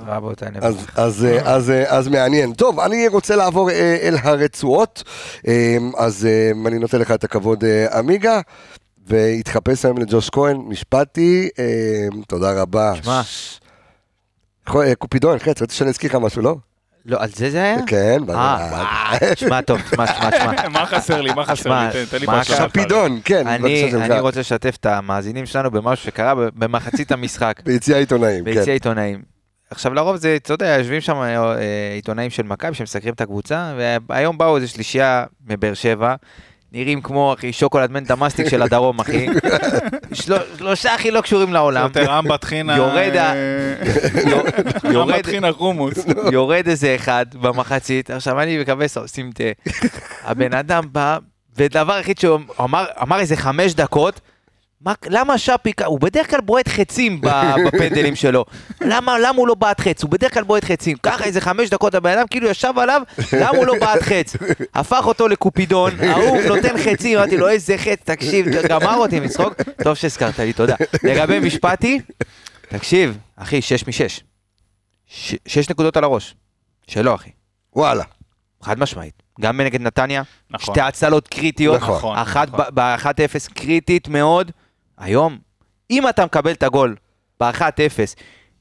אז מעניין. טוב, אני רוצה לעבור אל הרצועות, אז אני נותן לך את הכבוד אמיגה, והתחפש היום לג'וש כהן, משפטי, תודה רבה. שמע. קופידון, חץ, רציתי שאני אזכיר לך משהו, לא? לא, על זה זה היה? כן, אה, שמע טוב, שמע, שמע, שמע. מה חסר לי, מה חסר לי? תן לי פרשה. קופידון, כן. אני רוצה לשתף את המאזינים שלנו במשהו שקרה במחצית המשחק. ביציע עיתונאים, כן. ביציע עיתונאים. עכשיו לרוב זה, אתה יודע, יושבים שם עיתונאים של מכבי שמסקרים את הקבוצה, והיום באו איזה שלישייה מבאר שבע, נראים כמו, אחי, שוקולד מנטה מסטיק של הדרום, אחי. שלושה הכי לא קשורים לעולם. יותר עם בתחינה... יורד ה... עם בתחינה חומוס. יורד איזה אחד במחצית, עכשיו אני מקווה עושים תה. הבן אדם בא, ודבר הכי שהוא אמר איזה חמש דקות, למה שפי, הוא בדרך כלל בועט חצים בפנדלים שלו, למה הוא לא בעט חץ, הוא בדרך כלל בועט חצים, ככה איזה חמש דקות הבן אדם כאילו ישב עליו, למה הוא לא בעט חץ, הפך אותו לקופידון, ההוא נותן חצים, אמרתי לו איזה חץ, תקשיב, גמר אותי משחוק, טוב שהזכרת לי, תודה. לגבי משפטי, תקשיב, אחי, שש משש, שש נקודות על הראש, שלא אחי, וואלה, חד משמעית. גם בנגד נתניה, שתי הצלות קריטיות, אחת ב-אחת אפס קריטית מאוד, היום, אם אתה מקבל את הגול ב-אחת אפס,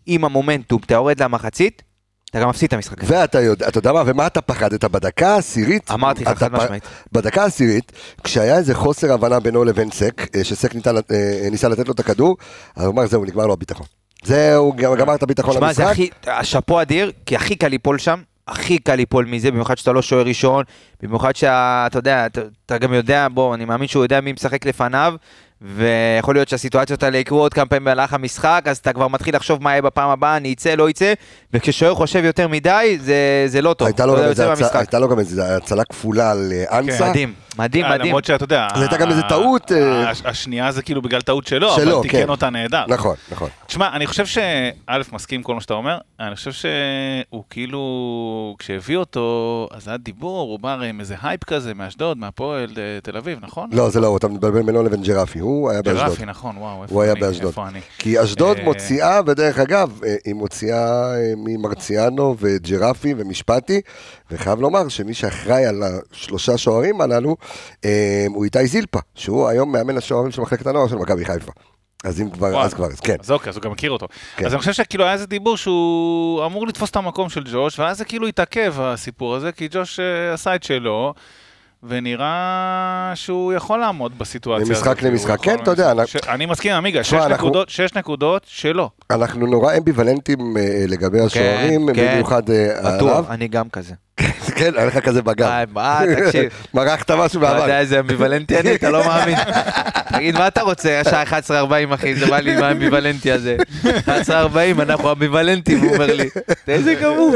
עם המומנטום, אתה יורד למחצית, אתה גם מפסיד את המשחק. ואתה יודע, אתה יודע מה, ומה אתה פחדת? בדקה העשירית, אמרתי לך, אתה חד פ- משמעית. בדקה העשירית, כשהיה איזה חוסר הבנה בינו לבין סק, אה, שסק ניתן, אה, ניסה לתת לו את הכדור, אז הוא אמר, זהו, נגמר לו הביטחון. זהו, גם- גמר את הביטחון שמע, זה למשחק. הכי, השאפו אדיר, כי הכי קל ליפול שם, הכי קל ליפול מזה, במיוחד שאתה לא שוער ראשון, במיוחד שאתה יודע, אתה, אתה גם יודע, בוא, אני מאמין שהוא יודע מי משחק לפניו, ויכול להיות שהסיטואציות האלה יקרו עוד כמה פעמים במהלך המשחק, אז אתה כבר מתחיל לחשוב מה יהיה בפעם הבאה, אני אצא, לא יצא, וכששוער חושב יותר מדי, זה, זה לא טוב. הייתה לו זה גם יוצא איזה הצ- מהמשחק. הייתה לו גם איזה הצלה כפולה על אה, אנסה. מדהים, מדהים, אה, מדהים. למרות שאתה יודע, אז הייתה גם איזה ה- טעות, אה, הש- השנייה זה כאילו בגלל טעות שלו, שלו, אבל כן. תיקן אותה נהדר. נכון, נכון. תשמע, אני חושב שא' מסכים עם כל מה שאתה אומר, אני חושב שהוא כאילו, כשהביא אותו, אז היה דיבור, הוא בא עם איזה הייפ כזה מאשדוד, מהפועל אה, תל אביב, נכון? לא, זה לא, אתה מתבלבל בינו לבין ג'רפי, הוא היה באשדוד. ג'רפי, נכון, וואו, איפה הוא היה אני? באשדוד. איפה אני? כי אשדוד אה, מוציאה, ודרך אגב, אה, היא מוציאה אה, ממרציאנו וג'רפי ומשפטי, וחייב לומר שמי שאחראי על השלושה שוערים הללו, אה, הוא איתי זילפה, שהוא היום מאמן השוערים של מחלקת הנוער של מכבי חיפה. אז אם כבר, וואו. אז כבר, אז כן. אז אוקיי, אז הוא גם מכיר אותו. כן. אז אני חושב שכאילו היה איזה דיבור שהוא אמור לתפוס את המקום של ג'וש, ואז זה כאילו התעכב הסיפור הזה, כי ג'וש אה, עשה את שלו, ונראה שהוא יכול לעמוד בסיטואציה הזאת. ממשחק למשחק, הוא יכול- כן, אתה יודע, ש- אני מסכים עם עמיגה, שש תשמע, אנחנו- נקודות, שש נקודות שלו. אנחנו נורא אמביוולנטים אה, לגבי השוערים, כן. במיוחד אה, עליו. בטוח, אני גם כזה. כן, היה לך כזה בגב. אה, מה, תקשיב. מרחת משהו אתה יודע בעבר. איזה אמביוולנטי אני, אתה לא מאמין. תגיד, מה אתה רוצה? השעה אחת עשרה ארבעים, אחי, זה בא לי עם האמביוולנטי הזה. אחת עשרה ארבעים, אנחנו אמביוולנטים, הוא אומר לי. איזה גמור.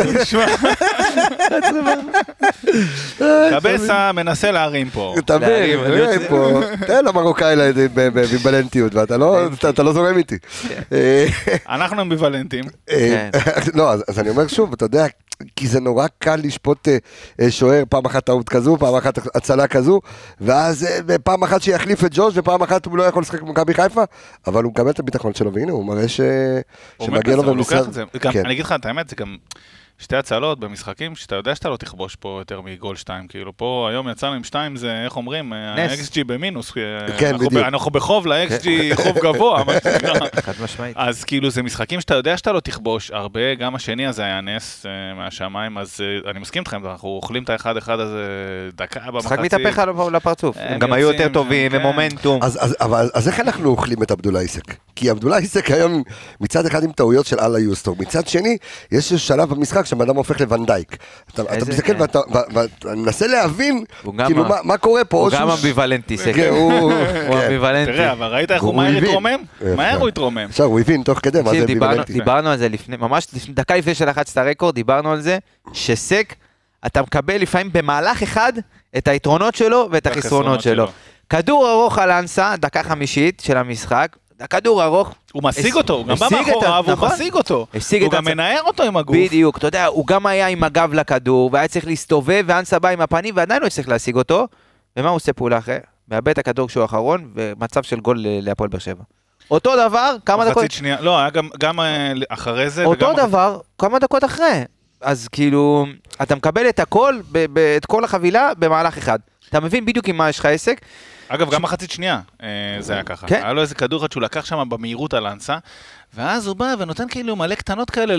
קבסה מנסה להרים פה. אתה מבין, להרים, אני אני רוצה- פה, תן למרוקאי באמביוולנטיות, ואתה לא אתה לא זורם איתי. אה, אנחנו אמביוולנטים. אה, לא, אז אז אני אומר שוב, אתה יודע, כי זה נורא קל לשפוט אה, אה, שוער, פעם אחת טעות כזו, פעם אחת הצלה כזו, ואז אה, פעם אחת שיחליף את ג'וש, ופעם אחת הוא לא יכול לשחק במכבי חיפה, אבל הוא מקבל את הביטחון שלו, והנה, הוא מראה ש- הוא שמגיע עומד לו בזה, הוא במשחק. לוקח את זה. גם- כן. אני אגיד לך את האמת, זה גם שתי הצלות במשחקים, שאתה יודע שאתה לא תכבוש פה יותר מגול שתיים. כאילו פה היום יצאנו עם שתיים, זה איך אומרים, ה-אקס ג'י במינוס. כן, אנחנו ב- בדיוק. אנחנו בחוב ל-אקס ג'י, חוב גבוה, מה שנקרא. חד משמעית. אז כאילו זה משחקים שאתה יודע שאתה לא תכבוש הרבה, גם השני הזה היה נס אה, מהשמיים, אז אה, אני מסכים איתכם, אנחנו אוכלים את האחד אחד הזה דקה במחצית. משחק מתהפך על- לפרצוף. הם הם גם היו יוצאים, יותר טובים, כן. ומומנטום. אז, אז, אבל, אז איך אנחנו אוכלים את עבדולאי איסק? כי עבדולאי איסק היום מצד אחד עם טעויות של אללה יוסטור, מצד שני יש שלב במשחק שהאדם הופך לוונדייק. אתה, אתה איזה- מסתכל כן. ואתה ו- ואתה מנסה להבין הוא גם כאילו ה- מה, מה קורה פה. הוא או גם שהוא- אמביוולנטי, סקר. כן, הוא... הוא כן. אמביוולנטי. תראה, אבל ראית איך הוא והוא מהר הבין. התרומם? יפה. מהר הוא התרומם. עכשיו הוא הבין תוך כדי מה זה תקשיב, דיברנו- אמביוולנטי. דיברנו על זה לפני, ממש לפני- דקה לפני שלחצת את הרקורד, דיברנו על זה, שסק, אתה מקבל לפעמים במהלך אחד את היתרונות שלו ואת החסרונות שלו. כדור ארוך על אנסה, דקה חמישית של המשחק, כדור ארוך, הוא משיג אותו, הוא גם בא השיג את ה- מאחוריו, הוא נכון. משיג אותו. השיג הוא את גם הצ- מנער אותו עם הגוף. בדיוק, אתה יודע, הוא גם היה עם הגב לכדור, והיה צריך להסתובב, ואנסה בא עם הפנים, ועדיין לא הצליח להשיג אותו, ומה הוא עושה פעולה אחרי? מאבד את הכדור כשהוא האחרון, ומצב של גול ל- להפועל באר שבע. אותו דבר, כמה דקות, מחצית שנייה, לא, היה גם- גם אה, אחרי זה, אותו וגם- דבר, כמה דקות אחרי. אז כאילו, אתה מקבל את הכל, ב- ב- את כל החבילה, במהלך אחד. אתה מבין בדיוק עם מה יש לך עסק, אגב, גם מחצית שנייה אה, זה היה ככה. כן. היה לו איזה כדור אחד שהוא לקח שם במהירות על אנסה, ואז הוא בא ונותן כאילו מלא קטנות כאלה ל...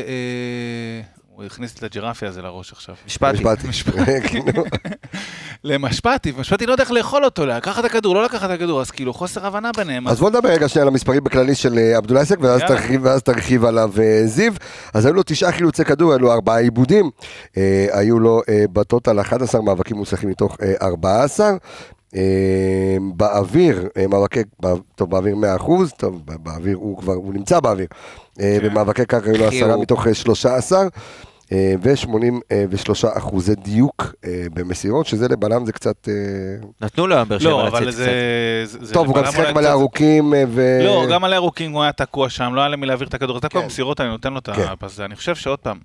אה, הוא הכניס את הג'ירפי הזה לראש עכשיו. משפטי. משפטי. כאילו, למשפטי, משפטי לא יודע איך לאכול אותו, לקחת את הכדור, לא לקחת את הכדור, אז כאילו חוסר הבנה ביניהם. אז בוא נדבר רגע שנייה על המספרים בכללי של אה, עבדולאי איסק, ואז יאללה. תרחיב, ואז תרחיב עליו אה, זיו. אז היו לו תשעה חילוצי כדור, היו לו ארבעה עיבודים, אה, היו לו אה, בטוטל אחד עשר מאבקים מוצלחים מתוך אה, ארבע עשרה. אה, באוויר, אה, מאבקי, בא- טוב, באוויר מאה אחוז, טוב, בא- באוויר הוא כבר, הוא נמצא באוויר. אה, כן. במאבקי קרקע היו לו אחי, עשרה הוא- מתוך אה, שלושה עשר. אה, ו-שמונים ושלושה אחוזי דיוק אה, במסירות, שזה לבלם זה קצת... אה, נתנו לו היום באר שבע לא, לצאת אבל קצת. זה... זה- זה טוב, הוא גם לבלם שיחק אולי מלא קצת- ארוכים אה, ו... לא, גם על האירוקים הוא היה תקוע שם, לא היה למי להעביר את הכדור, אתה כל כן. המסירות, אני נותן לו את כן. הפס הזה. אני חושב שעוד פעם,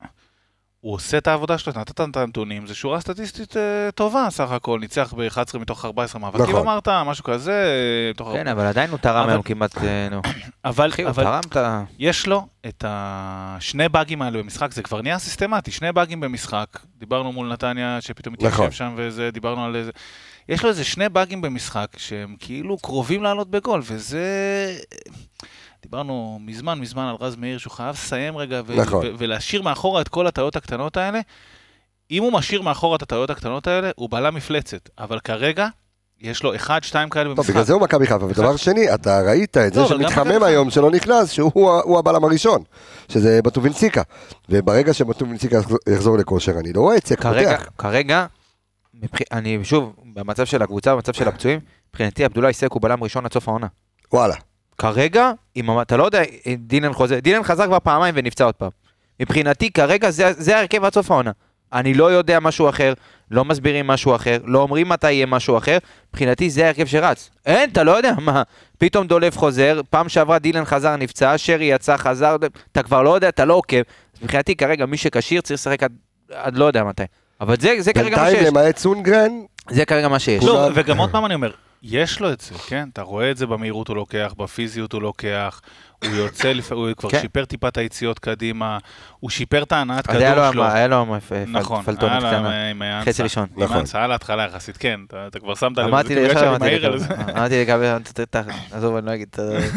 הוא עושה את העבודה שלו, נתת את הנתונים, זו שורה סטטיסטית אה, טובה סך הכל, ניצח ב-אחד עשר מתוך ארבע עשרה מאבקים, נכון. אמרת, משהו כזה, אה, מתוך... כן, אבל עדיין הוא תרם אבל- היום כמעט, אה, נו. אבל, אחי, הוא אבל תרם את ה... יש לו את השני באגים האלה במשחק, זה כבר נהיה סיסטמטי, שני באגים במשחק, דיברנו מול נתניה שפתאום התיישב נכון. שם וזה, דיברנו על איזה... יש לו איזה שני באגים במשחק שהם כאילו קרובים לעלות בגול, וזה... דיברנו מזמן מזמן על רז מאיר, שהוא חייב לסיים רגע, ו- נכון. ו- ולהשאיר מאחורה את כל הטעויות הקטנות האלה. אם הוא משאיר מאחורה את הטעויות הקטנות האלה, הוא בעלה מפלצת, אבל כרגע יש לו אחד, שתיים כאלה טוב, במשחק. בגלל זה הוא מכבי חיפה, ודבר שני, אתה ראית את זה לא, אבל גם שמתחמם מכבי היום שלא נכנס, שהוא הוא הבלם הראשון, שזה בטובינציקה, וברגע שבטובינציקה יחזור לכושר, אני לא רואה את זה כרגע, פותח. כרגע, מבח- אני שוב, במצב של הקבוצה, במצב של הפצועים, מבחינתי עבדולאי סק הוא בלם ראשון עד סוף העונה. וואלה. כרגע, אם אתה לא יודע, דילן חוזר, דילן חזר כבר פעמיים ונפצע עוד פעם. מבחינתי, כרגע זה, זה הרכב עד סוף העונה. אני לא יודע משהו אחר, לא מסבירים משהו אחר, לא אומרים מתי יהיה משהו אחר, מבחינתי זה הרכב שרץ. אין, אתה לא יודע מה, פתאום דולף חוזר, פעם שעברה דילן חזר נפצע, שרי יצא חזר, אתה כבר לא יודע, אתה לא עוקב. מבחינתי כרגע מי שקשיר צריך לשחק עד, עד לא יודע מתי. אבל זה, זה כרגע מה בינתיים שיש. למעט סונגרן, זה כרגע מה שיש. לא, וגם עוד פעם אני אומר, יש לו את זה, כן? אתה רואה את זה במהירות הוא לוקח, בפיזיות הוא לוקח, הוא יוצא, הוא כבר כן. שיפר טיפה את היציאות קדימה, הוא שיפר את ההנעת אז היה כדור לו- שלו. היה לו נכון, פלטונת היה קטנה. לה עם האנסה. חצי ראשון. עם נכון. האנסה, על ההתחלה יחסית, כן, אתה אתה כבר שמת לב, אמרתי זה לי, בגלל ישר שאני אמרתי מעיר על זה. לקבל, אמרתי לקבל, עזוב, אני לא אגיד,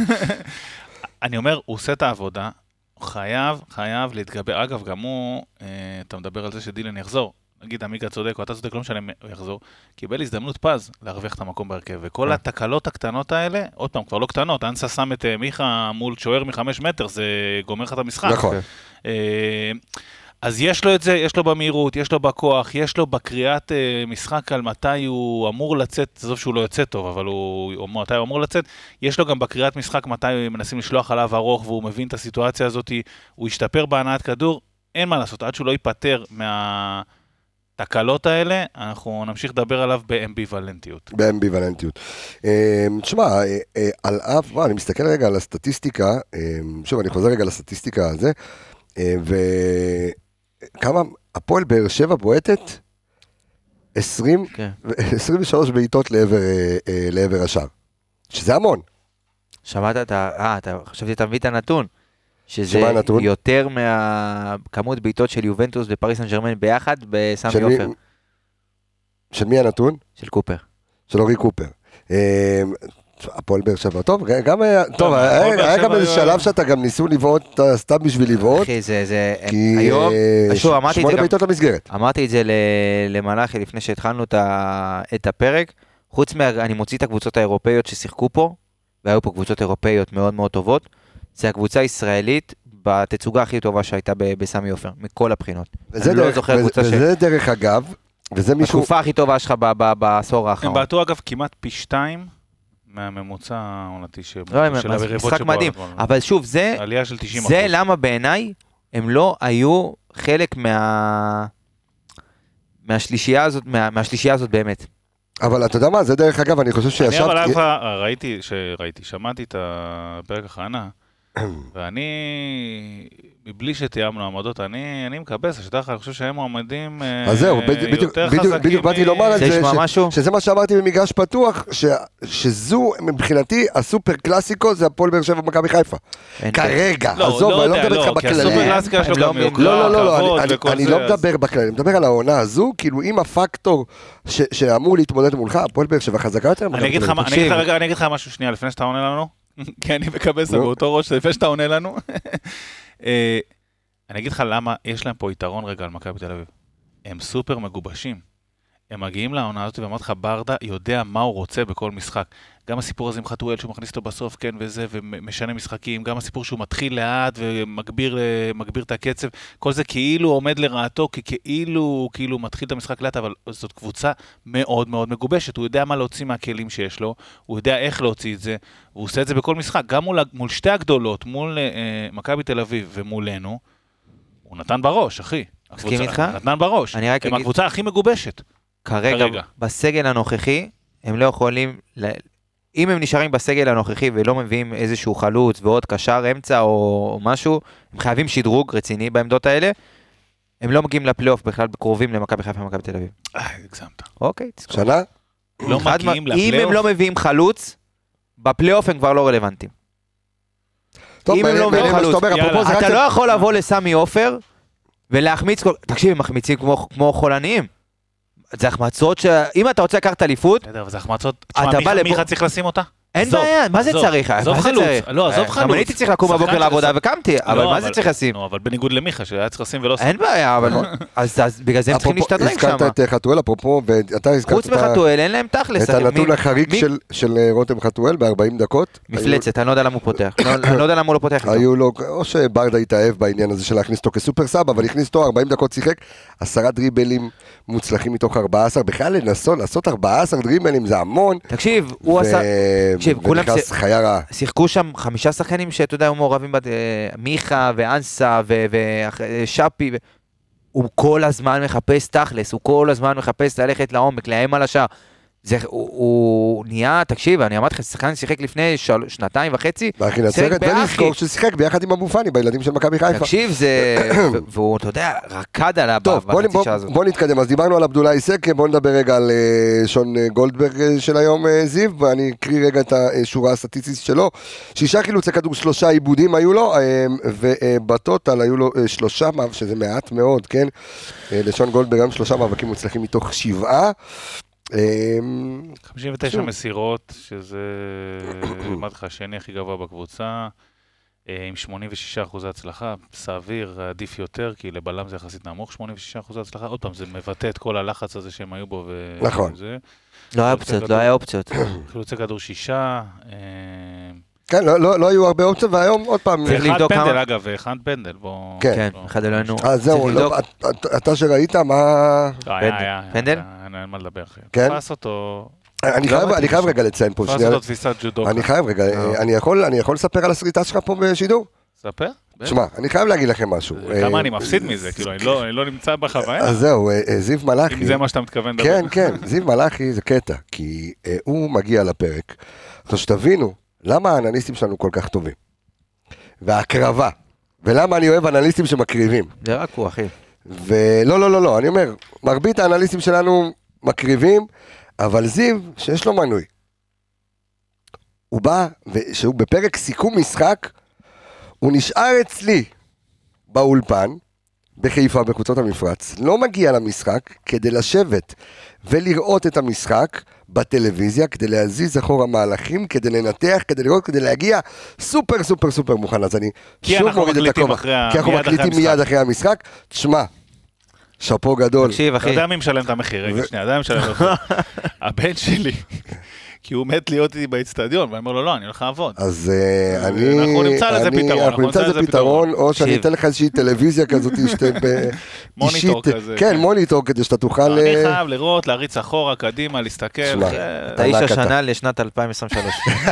אני אומר, הוא עושה את העבודה, הוא חייב, חייב להתגבר. אגב, גם הוא, אה, אתה מדבר על זה שדילן יחזור. נגיד, עמיקה צודק, או אתה צודק, לא משנה אם הוא יחזור. קיבל הזדמנות פז להרוויח את המקום בהרכב. וכל התקלות הקטנות האלה, עוד פעם, כבר לא קטנות, אנסה שם את אה, מיכה מול שוער מחמש מטר, זה גומר לך את המשחק. נכון. אה, אז יש לו את זה, יש לו במהירות, יש לו בכוח, יש לו בקריאת אה, משחק על מתי הוא אמור לצאת, עזוב שהוא לא יוצא טוב, אבל הוא, הוא מתי הוא אמור לצאת, יש לו גם בקריאת משחק מתי מנסים לשלוח עליו ארוך, והוא מבין את הסיטואציה הזאת, הוא ישתפר בהנעת כדור, אין מה לעשות, עד שהוא לא ייפטר מהתקלות האלה, אנחנו נמשיך לדבר עליו באמביוולנטיות. באמביוולנטיות. אה, תשמע, אה, אה, על אף, מה, אני מסתכל רגע על הסטטיסטיקה, אה, שוב, אני חוזר רגע לסטטיסטיקה הזה, אה, וכמה, הפועל באר שבע בועטת, עשרים, כן. עשרים ושלוש בעיטות לעבר, אה, אה, לעבר השער. שזה המון. שמעת את ה... אה, אתה חשבתי אתה מביא את הנתון. שזה שמה הנתון? יותר מהכמות בעיטות של יובנטוס ופריס סן ז'רמן ביחד בסמי של מי- עופר. של מי הנתון? של קופר. של אורי קופר. אה, הפועל באר שבע, טוב, גם היה, טוב, הפועל היה באר היה שבע גם איזה היה- שלב שאתה גם ניסו לבעוט, סתם בשביל לבעוט, אחי, זה... זה... כי היום... אה, שוב, אמרתי את זה שמונה גם- בעיטות למסגרת. אמרתי את זה ל- למלאכי לפני שהתחלנו את ה- את הפרק. חוץ מה... אני מוציא את הקבוצות האירופאיות ששיחקו פה, והיו פה קבוצות אירופאיות מאוד מאוד טובות. זה הקבוצה הישראלית בתצוגה הכי טובה שהייתה ב- בסמי עופר, מכל הבחינות. וזה אני לא דרך- זוכר וזה- קבוצה ש... וזה דרך אגב, וזה מישהו, התקופה הכי טובה שלך ב- ב- בעשור הם האחרון. בעטו אגב כמעט פי שתיים מהממוצע העונתי ש- לא, הם- של אז המריבות משחק מדהים. שבועטו. אבל שוב, זה... עלייה של תשעים אחוז. זה למה בעיניי הם לא היו חלק מה... מהשלישייה הזאת, מה... מהשלישייה הזאת באמת. אבל אתה יודע מה, זה דרך אגב, אני חושב אני אבל שישבתי, אף ראיתי, שראיתי, שמעתי את הפרק הכנה, ואני, מבלי שתיאמנו עמדות, אני, אני מקבס, שדרך כלל אני חושב שהם מועמדים אה, אז זהו, בדיוק- בדיוק- יותר בדיוק- חזקים בדיוק באתי מ- לומר על זה זה, ישמע ש- משהו? שזה מה שאמרתי במגרש פתוח, ש- שזו מבחינתי הסופר קלאסיקו, זה הפועל באר שבע ומכבי חיפה. אין- כרגע, לא, עזוב, לא אני לא יודע, מדבר איתך כי הסופר בכללי. קלאסיקה שלו הם לא גם מבין- יוקרה, לא, לא, לא, לא, כבוד אני- וכל אני זה, לא אז- מדבר בכללי, אני מדבר על העונה הזו, כאילו אם הפקטור ש- שאמור להתמודד מולך, הפועל באר שבע חזקה יותר. אני אגיד לך מה- אני תקשיב. אגיד לך רגע, אני אגיד לך משהו שנייה, לפני שאתה עונה לנו, כי אני מקבס נו. באותו ראש, לפני שאתה עונה לנו. אה, אני אגיד לך למה יש להם פה יתרון רגע על מכבי תל אביב. הם סופר מגובשים. הם מגיעים לעונה הזאת, ואמרתי לך, ברדה יודע מה הוא רוצה בכל משחק. גם הסיפור הזה עם חתואל שהוא מכניס אותו בסוף, כן, וזה, ומשנה משחקים, גם הסיפור שהוא מתחיל לאט ומגביר אה, מגביר את הקצב, כל זה כאילו עומד לרעתו, כי כאילו, כאילו מתחיל את המשחק לאט, אבל זאת קבוצה מאוד מאוד מגובשת. הוא יודע מה להוציא מהכלים שיש לו, הוא יודע איך להוציא את זה, והוא עושה את זה בכל משחק, גם מול, מול שתי הגדולות, מול אה, מכבי תל אביב ומולנו, הוא נתן בראש, אחי. מסכים הקבוצה- איתך? נתן בראש. אני רק הם אגיד- הקבוצה הכי מגובשת. כרגע, כרגע. בסגל הנוכחי, הם לא יכולים, ל- אם הם נשארים בסגל הנוכחי ולא מביאים איזשהו חלוץ ועוד קשר אמצע או משהו, הם חייבים שדרוג רציני בעמדות האלה, הם לא מגיעים לפלייאוף בכלל קרובים למכבי חיפה ומכבי תל אביב. אה, הגזמת. אוקיי, תזכור. שנה? לא חד מגיעים מ- אם הם לפלייאוף. לא מביאים חלוץ, בפלייאוף הם כבר לא רלוונטיים. טוב, אם הם מעניין- לא מביאים מעניין מה חלוץ, שאתה אומר, יאללה. אפרופו זה רק אתה זה- לא יכול לבוא לסמי עופר ולהחמיץ, כל- תקשיב, הם מחמיצים כמו- כמו חולניים. זה החמצות ש... אם אתה רוצה לקחת אליפות, בסדר, אבל זה החמצות. אתה תשמע, בא מיכה- לפה- מיכה צריך לשים אותה? אין עזוב, בעיה, מה זה עזוב, צריך? עזוב מה זה חלוץ, צריך? לא, עזוב אה, חלוץ. גם אני הייתי צריך לקום שחקן בבוקר לעבודה שצריך- וקמתי, אבל לא, מה זה צריך לשים? נו, אבל בניגוד למיכה, שהיה צריך לשים ולא שם. אין בעיה, אבל... אז אז בגלל זה הם צריכים אפרופו, להשתדרג שם. הזכרת את חתואל, אפרופו, ואתה הזכרת חוץ את ה- מחתואל, אין להם תכלס. את אחי, הנתון מי- החריג מי- של- של אה, רותם חתואל ב-ארבעים דקות. מפלצת, אני לא יודע למה הוא פותח. לא- אני לא יודע למה הוא לא פותח איתו. היו לו, או שברדה התאהב בעניין הזה של להכניס אותו כסופר סאב, אבל הכניס אותו ארבעים דקות שיחק, עשרה דריבלים מוצלחים מתוך ארבע עשרה, בכלל לנסות לעשות ארבע עשרה דריבלים זה המון, תקשיב, הוא ו- עשה... תקשיב, כולם ונכנס ש- חיה רעה. שיחקו שם חמישה שחקנים שאתה יודע, היו מעורבים, בת- אה, מיכה ואנסה ו- ושפי, ו- הוא כל הזמן מחפש תכלס, הוא כל הזמן מחפש ללכת לעומק, לאיים על השער. זה, הוא, הוא נהיה, תקשיב, אני אמרתי לך, שחקן שיחק לפני של, שנתיים וחצי, באחי שיחק נצרת, באחי. ונזכור ששיחק ביחד עם אבו פאני, בילדים של מכבי חיפה. תקשיב, זה, ו- והוא, אתה יודע, רקד עליו טוב, בוא, בחצי בוא, שעה הזאת. בוא נתקדם, אז דיברנו על עבדולאי סק, בוא נדבר רגע על uh, שון uh, גולדברג uh, של היום, uh, זיו, ואני אקריא רגע את השורה הסטטיסטית שלו. שישה חילוצי כדור, שלושה עיבודים היו לו, uh, ובטוטל היו לו uh, שלושה, שזה מעט מאוד, כן? Uh, לשון גולדברג גם שלושה מאבקים מוצלחים מתוך שבעה. חמישים ותשע מסירות, שזה, אמרתי לך, השני הכי גבוה בקבוצה, עם שמונים ושישה אחוז הצלחה, סביר, עדיף יותר, כי לבלם זה יחסית נמוך, שמונים ושישה אחוז הצלחה, עוד פעם, זה מבטא את כל הלחץ הזה שהם היו בו. ו... נכון. וזה. לא היה אופציות, לא היה אופציות. חילוצי כדור שישה, כן, לא, לא, לא היו הרבה אופציות, והיום עוד פעם... צריך ואחד לבדוק פנדל, כמה- אגב, ואחד פנדל, בוא... כן. כן, לא- אחד אלינו. אז זהו, צריך לא, לבדוק. אתה- אתה- אתה שראית מה... לא, היה, היה, היה, פנדל? היה, אין מה לדבר, אחי. כן? תפס אותו, אני חייב, אני חייב רגע לציין פה, תפס שנייה, אותו תפיסת ג'ודוקה. אני חייב רגע, אני יכול, אני יכול לספר על הסריטה שלך פה בשידור? ספר? תשמע, אני חייב להגיד לכם משהו. כמה אה, אני מפסיד מזה, כאילו, אני לא- אני לא נמצא בחוויה. אז זהו, אה, אה, זיו מלאכי, אם זה מה שאתה מתכוון לדבר. כן, כן, זיו מלאכי זה קטע, כי אה, הוא מגיע לפרק, עכשיו שתבינו, למה האנליסטים שלנו כל כך טובים? וההקרבה, ולמה אני אוהב אנליסטים שמקריבים. זה רק הוא, אחי. ולא, לא, לא, לא, אני אומר, מרבית האנליסטים שלנו מקריבים, אבל זיו, שיש לו מנוי, הוא בא, שהוא בפרק סיכום משחק, הוא נשאר אצלי באולפן, בחיפה, בקבוצות המפרץ, לא מגיע למשחק כדי לשבת ולראות את המשחק בטלוויזיה, כדי להזיז אחורה מהלכים, כדי לנתח, כדי לראות, כדי להגיע סופר סופר סופר מוכן. אז אני כי שוב אנחנו מוריד את מקליטים הכובע, אחרי ה- כי אנחנו מיד אחרי מקליטים המשחק. מיד אחרי המשחק. תשמע, שאפו גדול. תקשיב, אתה אחי. יודע מי משלם את המחיר, רגע, שנייה, אתה יודע מי משלם את המחיר. הבן שלי, כי הוא מת להיות איתי באצטדיון, ואני אומר לו, לא, אני הולך לעבוד. אז אה, אני... אנחנו נמצא לזה אני- פתרון, אנחנו נמצא לזה פתרון, או שאני תקשיב. אתן לך איזושהי טלוויזיה כזאת, שאתה ב- מוניטור אישית- כזה, כן, כן. מוניטור, כדי שאתה תוכל... אני אה, חייב לראות, להריץ אחורה, קדימה, להסתכל. שמע, זה- אתה איש ענק אתה. השנה לשנת אלפיים עשרים ושלוש.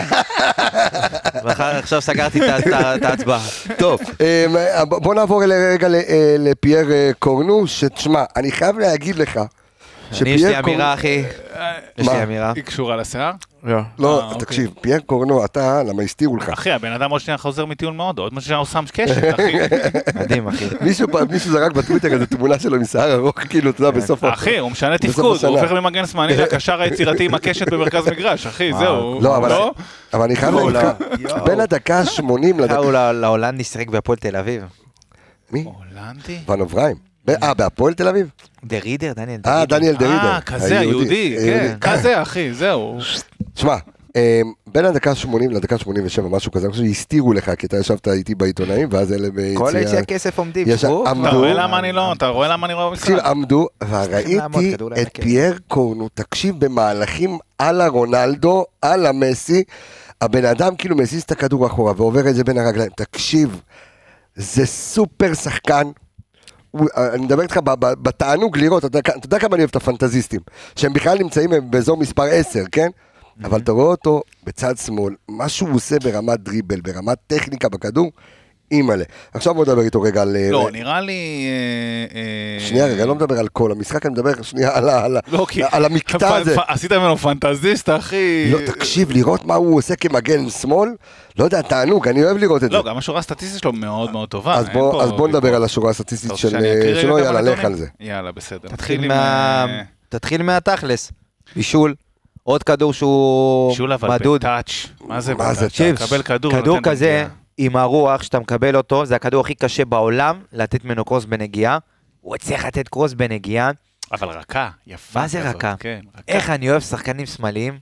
ועכשיו סגרתי את ה- את ה- את ההצבעה. טוב, אה, בוא נעבור רגע ל- אה, לפייר אה, קורנו, שתשמע, אני חייב להגיד לך, אני יש לי שפייר קורנו... אמירה, אחי. יש מה? לי אמירה. היא קשורה לשיער? לא. לא, אה, אוקיי. תקשיב, פייר קורנו, אתה, למה הסתירו לך? אחי, הבן אדם עוד שנייה חוזר מטיול מאוד, עוד שנייה הוא שם קשת, אחי. מדהים, אחי. מישהו פעם- מישהו זרק בטוויטר איזו תמונה שלו עם שיער ארוך, כאילו, אתה יודע, בסוף... ה- אחי, הוא משנה בסוף תפקוד, השנה. הוא הופך ממגן שמאלי לקשר היצירתי עם הקשת במרכז מגרש, אחי, וואו. זהו. לא, אבל- לא? אבל אני חייב לא, להגיד לך, לא. בין הדקה ה-שמונים לדקה... הוא לא- להולנדי שיחק בהפועל תל אביב. מי? הולנדי? ונובריים. אה, בהפועל תל אביב? דה רידר, דניאל דה אה, רידר. דניאל דרידר. אה, כזה, היהודי, כן, כזה, אחי, זהו. תשמע, אה, בין הדקה שמונים לדקה שמונים ושבע, משהו כזה, אני חושב שהסתירו לך, כי אתה ישבת איתי בעיתונאים, ואז אלה כל ביציאה... היציאה כסף עומדים. יש- שבו. עמדו- אתה רואה למה אני לא, אתה רואה למה אני רואה תקשיב, במשחק? עמדו, לעמוד, וראיתי כדור את לעמק. פייר קורנו, תקשיב, במהלכים על הרונלדו, על המסי, הבן אדם כאילו מזיז את הכדור אחורה, ועובר את זה בין הרגליים, תקשיב, זה סופר שחקן, הוא- אני מדבר איתך ב- ב- בתענוג לראות, אתה יודע, אתה יודע כמה אני אוהב את הפנטזיסטים, שהם בכלל נמצאים הם באזור מספר עשר, כן? אבל אתה רואה אותו בצד שמאל, מה שהוא עושה ברמת דריבל, ברמת טכניקה בכדור, אימא'לה. עכשיו בוא נדבר איתו רגע על... לא, נראה לי... אה, אה, שנייה רגע, אני לא מדבר על כל המשחק, אני מדבר שנייה על ה- על ה- לא, כי... על המקטע פ- הזה. פ- עשית ממנו פנטזיסט, אחי. לא, תקשיב, לראות מה הוא עושה כמגן שמאל, לא יודע, תענוג, אני אוהב לראות את זה. לא, גם השורה הסטטיסטית שלו מאוד מאוד טובה. אז אין בוא, פה אז בוא נדבר ויכוח. על השורה אתה הסטטיסטית רוצה של, שאני אקריא רגע שלו, כמה יאללה, לך נתונים? על זה. יאללה, בסדר. תתחיל עם, מה... אה, תתחיל מהתכלס. בישול. עוד כדור שהוא בישול אבל מדוד. בטאץ'. מה זה מה זה בטאץ'? תקשיב, קבל כדור. כדור ונותן כזה, נגיעה. עם הרוח שאתה מקבל אותו, זה הכדור הכי קשה בעולם, לתת ממנו קרוס בנגיעה. הוא הצליח לתת קרוס בנגיעה. אבל רכה, יפה. מה זה כזאת, רכה? כן, רכה. איך אני אוהב שחקנים שמאליים,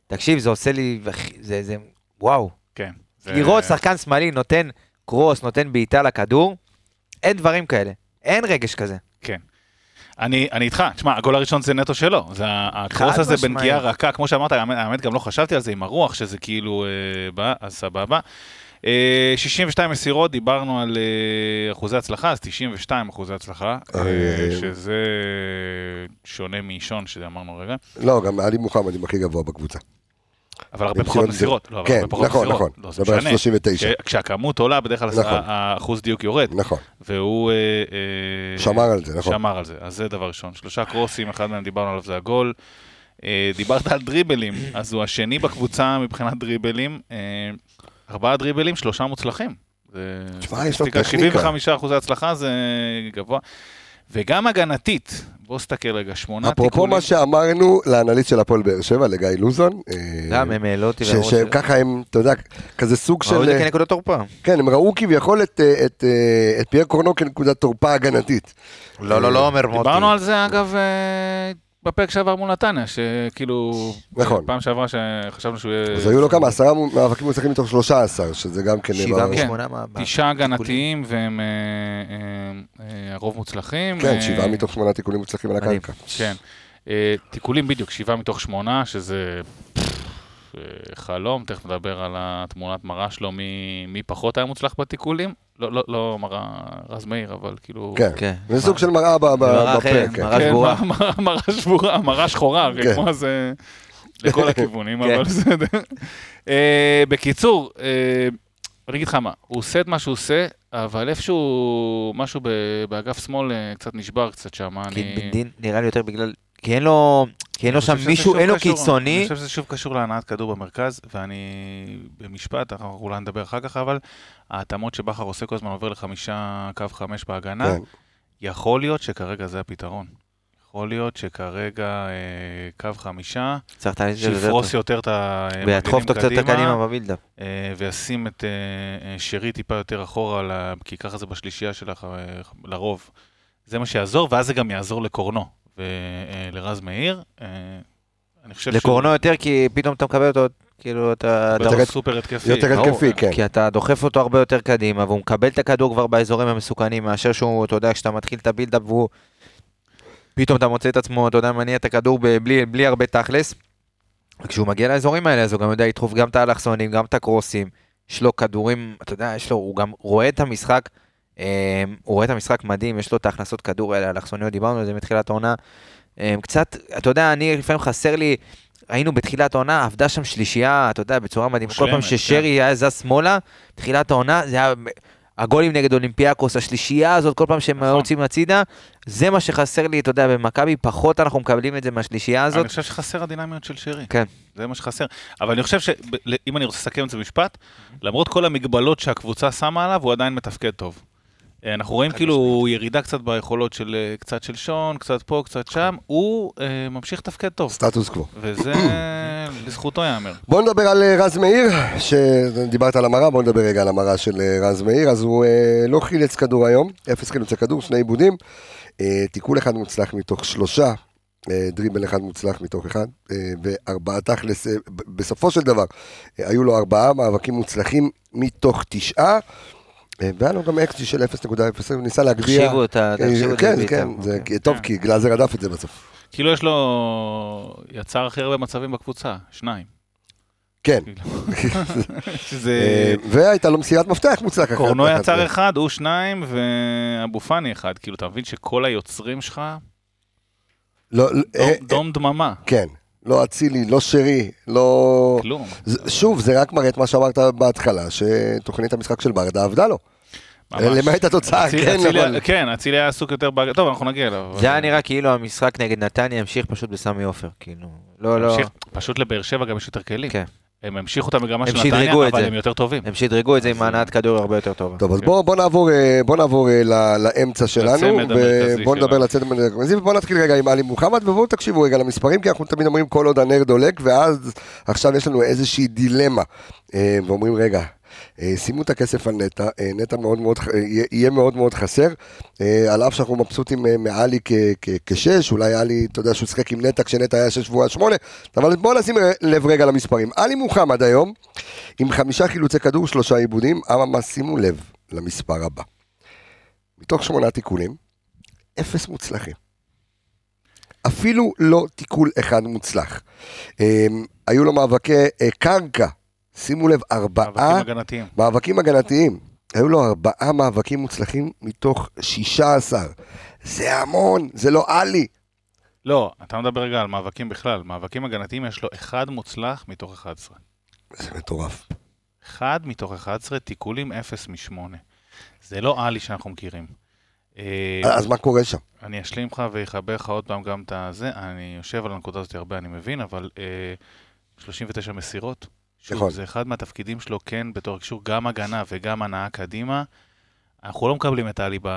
תקשיב, זה עושה לי, זה, זה, וואו. כן. זה- לראות שחקן שמאלי נותן קרוס, נותן בעיטה לכדור, אין דברים כאלה, אין רגש כזה. כן. אני, אני איתך, תשמע, הגול הראשון זה נטו שלו, זה הקרוס חד הזה משמעית. בנגיעה רכה, כמו שאמרת, האמת, האמת גם לא חשבתי על זה עם הרוח, שזה כאילו אה, בא, אז סבבה. אה, שישים ושתיים מסירות, דיברנו על אה, אחוזי הצלחה, אז תשעים ושתיים אחוזי הצלחה, אה, אה, שזה שונה מאישון, שאמרנו רגע, לא, גם עלי מוחמד עם הכי גבוה בקבוצה. אבל הרבה במסירות פחות מסירות. לא, אבל כן, הרבה פחות נכון, מסירות. נכון. לא, זה מדבר על משנה. שלושים ותשע. כש- כשהכמות עולה, בדרך כלל נכון. האחוז דיוק יורד. נכון, והוא... אה, אה, שמר על זה, נכון. שמר על זה, אז זה דבר ראשון. שלושה קרוסים, אחד מהם דיברנו עליו, זה הגול. אה, דיברת על דריבלים, אז הוא השני בקבוצה מבחינת דריבלים. אה, ארבעה דריבלים, שלושה מוצלחים. זה תשמע, יש לו סטטיסטיקה, טכניקה. שבעים וחמישה אחוזי הצלחה זה גבוה. וגם הגנתית, בוא סתכל רגע, שמונה אפרופו תיקולים. מה שאמרנו לאנליסט של הפועל באר שבע, לגיא לוזון, אה, גם הם העלו אותי, ש- ואמרו שהם ככה הם, אתה יודע, כזה סוג ראו את של... זה כנקודות תורפה. כן, הם ראו כביכול את, אה, את, אה, את פייר קורנו כנקודת תורפה הגנתית. לא, לא, לא אומר מוטי. דיברנו על זה אגב אה, בפרק שעבר מול נתניה, שכאילו... נכון. פעם שעברה שחשבנו שהוא יהיה... אז היו לו כמה, עשרה מאבקים מוצלחים מתוך שלושה עשר, שזה גם כן... שבעה דבר- כן. ושמונה מה... תשעה הגנתיים והם אה, אה, אה, הרוב מוצלחים. כן, אה, שבעה מתוך שמונה תיקולים מוצלחים על מדהים. הקרקע. כן. אה, תיקולים בדיוק, שבעה מתוך שמונה, שזה אה, חלום, תכף נדבר על התמונת מראה שלו, מי, מי פחות היה מוצלח בתיקולים. לא, לא, לא מראה רז מאיר, אבל כאילו... כן, כן. זה סוג של מראה ב- ב- מראה בפה, אחרת, כן. מראה כן, שבורה. מראה- מראה שבורה, מראה שחורה, הרי כן. כמו זה לכל הכיוונים, כן. אבל בסדר. אה, בקיצור, אה, אני אגיד לך מה, הוא עושה את מה שהוא עושה, אבל איפשהו משהו ב- באגף שמאל אה, קצת נשבר קצת שם. כי אני- בן דין נראה לי יותר בגלל... כי אין לו... כי אין לו אני שם חושב שזה מישהו, שוב אין לו קשור- קיצוני. אני חושב שזה שוב קשור להנעת כדור במרכז, ואני במשפט, אנחנו אולי נדבר אחר כך, אבל ההתאמות שבכר עושה כל הזמן עובר לחמישה קו חמש בהגנה, כן. יכול להיות שכרגע זה הפתרון. יכול להיות שכרגע אה, קו חמישה, צריך להניס את זה יותר שיפרוס טוב. יותר את המגנים וידחוף אותו קצת יותר קדימה בבילדאפ. אה, וישים את אה, אה, שרי טיפה יותר אחורה, ל- כי ככה זה בשלישייה שלך אה, לרוב. זה מה שיעזור, ואז זה גם יעזור לקורנו ולרז מאיר. אה, אני חושב לקורנו יותר, כי פתאום אתה מקבל אותו, כאילו, אתה... שהוא אתה- סופר התקפי. יותר ברור, התקפי, כן. כי אתה דוחף אותו הרבה יותר קדימה, והוא מקבל את הכדור כבר באזורים המסוכנים, מאשר שהוא, אתה יודע, כשאתה מתחיל את הבילדאפ, והוא... פתאום אתה מוצא את עצמו, אתה יודע, מניע את הכדור בלי, בלי הרבה תכלס. כשהוא מגיע לאזורים האלה, אז הוא גם יודע לדחוף גם את האלכסונים, גם את הקרוסים. יש לו כדורים, אתה יודע, יש לו, הוא גם רואה את המשחק, אה, הוא רואה את המשחק מדהים, יש לו את ההכנסות כדור האלה, האלכסוניות, דיברנו על זה מתחילת העונה. אה, קצת, אתה יודע, אני לפעמים חסר לי, היינו בתחילת העונה, עבדה שם שלישייה, אתה יודע, בצורה מדהימה. כל פעם מושלמת, ששרי היה זז שמאלה, בתחילת העונה, זה היה... הגולים נגד אולימפיאקוס, השלישייה הזאת, כל פעם שהם נכון. יוצאים הצידה, זה מה שחסר לי, אתה יודע, במכבי, פחות אנחנו מקבלים את זה מהשלישייה הזאת. אני חושב שחסר הדינמיות של שרי. כן. זה מה שחסר. אבל אני חושב שאם אני רוצה לסכם את זה במשפט, למרות כל המגבלות שהקבוצה שמה עליו, הוא עדיין מתפקד טוב. אה, אנחנו רואים כאילו ירידה קצת ביכולות של אה, קצת של שון, קצת פה, קצת שם, הוא אה, ממשיך לתפקד טוב. סטטוס קוו. וזה לזכותו יאמר. בוא נדבר על אה, רז מאיר, שדיברת על המרה, בוא נדבר רגע על המרה של אה, רז מאיר, אז הוא אה, לא חילץ כדור היום, אפס חילוצי כדור, שני עיבודים, אה, תיקול אחד מוצלח מתוך שלושה, אה, דריבל אחד מוצלח מתוך אחד, אה, וארבעה תכלס, אה, ב- בסופו של דבר, אה, היו לו ארבעה מאבקים מוצלחים מתוך תשעה, אה, והיה לו גם אקס ג'י של אפס נקודה אפס, הוא ניסה להגביה. תחשיבו אותה, אה, תחשיבו את כן, זה. כן, בעיטה. זה אוקיי. טוב, כי גלאזר הדף את זה בסוף. כאילו יש לו יצר הכי הרבה מצבים בקבוצה, שניים. כן. שזה... אה, והייתה לו מסירת מפתח מוצלח. קורנו אחת. יצר אחד, הוא שניים, ואבו פאני אחד. כאילו, אתה מבין שכל היוצרים שלך, לא, לא, דום- אה, דום דממה. כן, לא אצילי, לא שרי, לא... כלום. זה- שוב, זה רק מראה את מה שאמרת בהתחלה, שתוכנית המשחק של ברדה עבדה לו. ממש. למעט התוצאה, אצילי- כן, אצילי- אבל... כן, אצילי היה עסוק יותר... בהג- טוב, אנחנו נגיע אליו. אבל- זה היה נראה כאילו המשחק נגד נתניה המשיך פשוט בסמי עופר, כאילו. לא, לא. המשיך- פשוט לבאר שבע גם יש יותר כלים. כן. הם המשיכו את המגמה הם של שדרגו נתניה, את אבל זה. הם יותר טובים. הם שדרגו את זה עם הנעת כדור הרבה יותר טובה. טוב, אז כן. בואו בוא נעבור, אה, בוא נעבור אה, ל- לאמצע שלנו, לצמד המרכזי ובואו נדבר שלנו. לצמד המרכזי, ובואו נתחיל רגע עם עלי מוחמד, ובואו תקשיבו רגע למספרים, כי אנחנו תמיד אומרים כל עוד הנר דולק, ואז עכשיו יש לנו איזושהי דילמה, אה, ואומרים רגע, שימו את הכסף על נטע, נטע מאוד מאוד, יהיה מאוד מאוד חסר, על אף שאנחנו מבסוטים מעלי כשש, אולי עלי, אתה יודע שהוא שחק עם נטע כשנטע היה שש והוא היה שמונה, אבל בואו נשים לב רגע למספרים. עלי מוחמד היום, עם חמישה חילוצי כדור, שלושה עיבודים, אממה שימו לב למספר הבא. מתוך שמונה תיקולים, אפס מוצלחים. אפילו לא תיקול אחד מוצלח. היו לו מאבקי קרקע, שימו לב, ארבעה... מאבקים הגנתיים. מאבקים הגנתיים. היו לו ארבעה מאבקים מוצלחים מתוך שישה עשר. זה המון, זה לא עלי. לא, אתה מדבר רגע על מאבקים בכלל. מאבקים הגנתיים יש לו אחד מוצלח מתוך אחד עשר. זה מטורף. אחד מתוך אחד עשר, תיקולים אפס משמונה. זה לא עלי שאנחנו מכירים. אז מה קורה שם? אני אשלים לך ויחבר לך עוד פעם גם את הזה. אני יושב על הנקודה הזאת הרבה, אני מבין, אבל שלושים ותשע מסירות. שוב, זה אחד מהתפקידים שלו, כן, בתור קשור, גם הגנה וגם הנאה קדימה. אנחנו לא מקבלים את עלי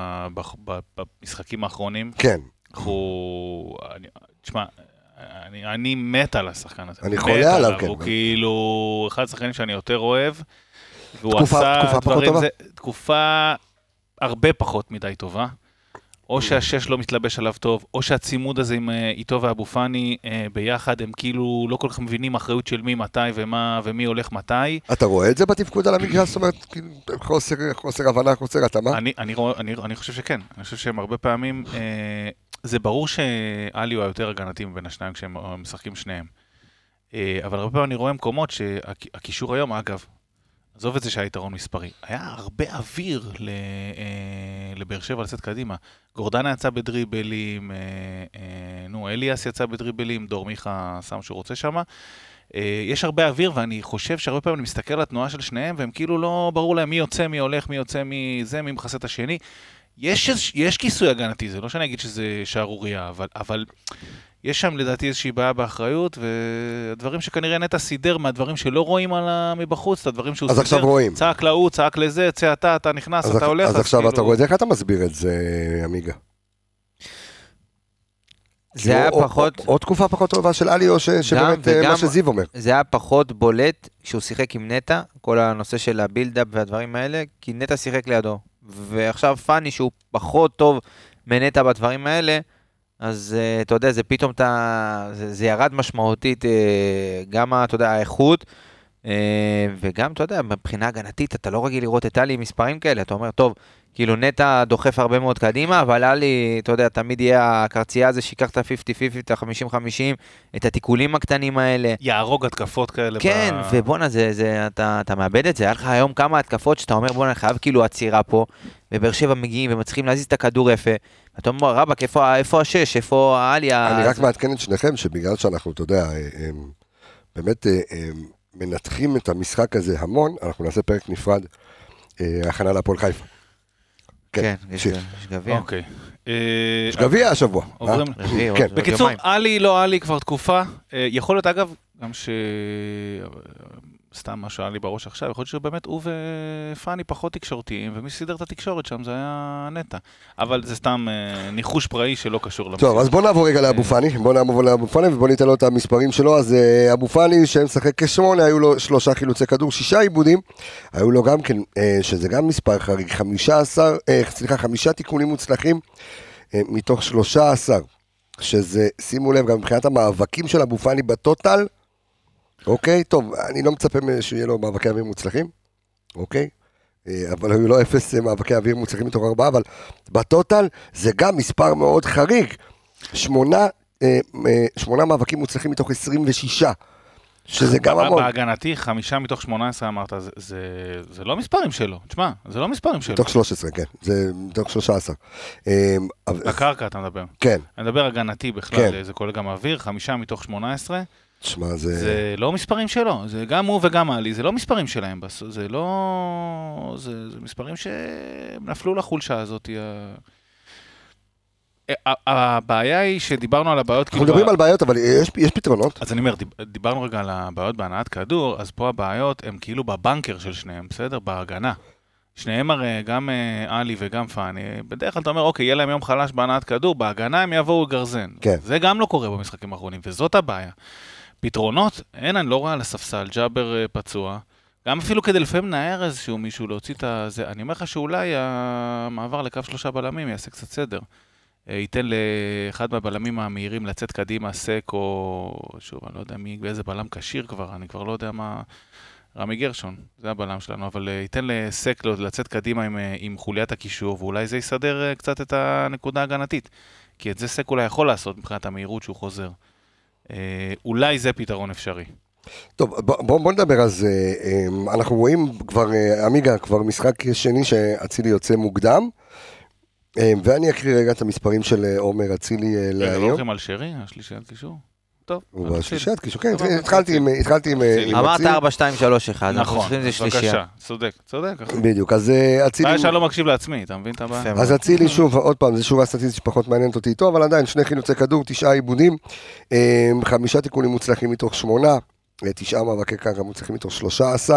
במשחקים האחרונים. כן. אנחנו... תשמע, אני, אני מת על השחקן הזה. אני חולה עליו, כן. הוא כאילו אחד השחקנים שאני יותר אוהב. והוא תקופה, עשה תקופה פחות טובה? זה, תקופה הרבה פחות מדי טובה. או שהשש לא מתלבש עליו טוב, או שהצימוד הזה עם איתו ואבו פאני ביחד, הם כאילו לא כל כך מבינים אחריות של מי, מתי ומה, ומי הולך מתי. אתה רואה את זה בתפקוד על המגרש? זאת אומרת, חוסר, חוסר הבנה, חוסר התאמה? אני, אני, רואה, אני, אני חושב שכן. אני חושב שהם הרבה פעמים, אה, זה ברור שאלי הוא היותר הגנתי בין השניים כשהם משחקים שניהם. אה, אבל הרבה פעמים אני רואה מקומות שהקישור היום, אגב, עזוב את זה שהיתרון מספרי. היה הרבה אוויר לבאר שבע לצאת קדימה. גורדנה יצא בדריבלים, נו, אליאס יצא בדריבלים, דור מיכה שם שהוא רוצה שם. יש הרבה אוויר, ואני חושב שהרבה פעמים אני מסתכל על התנועה של שניהם, והם כאילו לא ברור להם מי יוצא, מי הולך, מי יוצא, מי זה, מי מחסה את השני. יש, יש כיסוי הגנתי, זה לא שאני אגיד שזה שערוריה, אבל, אבל יש שם לדעתי איזושהי בעיה באחריות, והדברים שכנראה נטע סידר מהדברים שלא רואים על מבחוץ, את הדברים שהוא סידר. אז עכשיו רואים. צעק להוא, צעק לזה, צא אתה, אתה נכנס, אתה הולך. אז עכשיו אתה רואה, איך אתה מסביר את זה, אמיגה? זה היה פחות... או תקופה פחות טובה של עלי, או שבאמת מה שזיו אומר. זה היה פחות בולט כשהוא שיחק עם נטע, כל הנושא של הבילדאפ והדברים האלה, כי נטע שיחק לידו. ועכשיו פאני שהוא פחות טוב מנטע בדברים האלה, אז uh, אתה יודע, זה פתאום, אתה, זה, זה ירד משמעותית, uh, גם, אתה יודע, האיכות, uh, וגם, אתה יודע, מבחינה הגנתית, אתה לא רגיל לראות את עלי עם מספרים כאלה, אתה אומר, טוב, כאילו נטע דוחף הרבה מאוד קדימה, אבל עלי, אתה יודע, תמיד יהיה הקרצייה הזה, שיקח את ה-חמישים חמישים, את ה-חמישים חמישים, את התיקולים הקטנים האלה. יערוג התקפות כאלה. כן, ב... ובונה, זה, זה, אתה, אתה מאבד את זה, היה לך היום כמה התקפות שאתה אומר, בונה, חייב כאילו עצירה פה, ובאר שבע מגיעים ומצליחים להזיז את הכדור יפה, אתה אומר, רבק, איפה, איפה השש, איפה העלי? אני רק מעדכן את שניכם, שבגלל שאנחנו, אתה יודע, באמת מנתחים את המשחק הזה המון, אנחנו נעשה פרק נפרד, הכנה להפועל חיפה. כן, יש גביע. אוקיי. יש גביע השבוע. בקיצור, עלי, לא עלי כבר תקופה. יכול להיות, אגב, גם ש... סתם מה שהיה לי בראש עכשיו, יכול להיות שבאמת הוא ופאני פחות תקשורתיים, ומי שסידר את התקשורת שם זה היה נטע. אבל זה סתם ניחוש פראי שלא קשור למסירה. טוב, אז בוא נעבור רגע לאבו פאני, בוא נעבור לאבו פאני ובוא ניתן לו את המספרים שלו. אז אבו פאני שמשחק כשמונה, היו לו שלושה חילוצי כדור, שישה עיבודים, היו לו גם כן, שזה גם מספר חריג, חמישה עשר, סליחה, חמישה תיקונים מוצלחים, מתוך שלושה עשר, שזה, שימו לב, גם מבחינת המאבקים של אבו פאני בטוטל, אוקיי, טוב, אני לא מצפה שיהיה לו מאבקי אוויר מוצלחים, אוקיי, אבל היו לו אפס מאבקי אוויר מוצלחים מתוך ארבעה, אבל בטוטל זה גם מספר מאוד חריג, שמונה, שמונה מאבקים מוצלחים מתוך עשרים ושש, שזה גם המון. בהגנתי, חמישה מתוך שמונה עשרה אמרת, זה, זה, זה לא מספרים שלו, תשמע, זה לא מספרים שלו. מתוך שלוש עשרה, כן, זה מתוך שלוש עשרה. בקרקע אתה מדבר. כן. אני מדבר הגנתי בכלל, כן. זה כולל גם אוויר, חמישה מתוך שמונה עשרה. תשמע, זה... זה לא מספרים שלו, זה גם הוא וגם עלי, זה לא מספרים שלהם, זה לא... זה, זה מספרים שהם נפלו לחולשה הזאת. הבעיה היא שדיברנו על הבעיות... אנחנו מדברים על בעיות, אבל יש, יש פתרונות. אז אני אומר, דיברנו רגע על הבעיות בהנעת כדור, אז פה הבעיות הם כאילו בבנקר של שניהם, בסדר? בהגנה. שניהם הרי, גם עלי וגם פאני, בדרך כלל אתה אומר, אוקיי, יהיה להם יום חלש בהנעת כדור, בהגנה הם יבואו גרזן. כן. זה גם לא קורה במשחקים האחרונים, וזאת הבעיה. פתרונות, אין, אני לא רואה על הספסל, ג'אבר פצוע, גם אפילו כדי לפעמים נער איזשהו מישהו להוציא את זה, אני אומר לך שאולי המעבר לקו שלושה בלמים יעשה קצת סדר. ייתן לאחד מהבלמים המהירים לצאת קדימה, סק או, שוב, אני לא יודע מי, באיזה בלם קשיר כבר, אני כבר לא יודע מה, רמי גרשון, זה הבלם שלנו, אבל ייתן לסק לצאת קדימה עם, עם חוליית הקישור, ואולי זה יסדר קצת את הנקודה ההגנתית, כי את זה סק אולי יכול לעשות מבחינת המהירות שהוא חוזר. אולי זה פתרון אפשרי. טוב, בוא, בוא נדבר על זה. אנחנו רואים כבר, אמיגה, כבר משחק שני שאצילי יוצא מוקדם, ואני אקריא רגע את המספרים של עומר אצילי להיום. לא הולכים על שרי, השלישיית קישור? טוב. הוא השלישיית קישור, כן, התחלתי עם אצילי. אמרת ארבע שתיים שלוש אחת, נכון, בבקשה, צודק, צודק. בדיוק, אז אצילי... בעיה שאני לא מקשיב לעצמי, אתה מבין את הבעיה? אז אצילי שוב, עוד פעם, זו שורה סטטיסטית שפחות מעניינת אותי איתו, אבל עדיין שני חילוצי כדור, תשעה עיבודים, חמישה תיקולים מוצלחים מתוך שמונה, תשעה מאבקי קרקע מוצלחים מתוך שלושה עשר,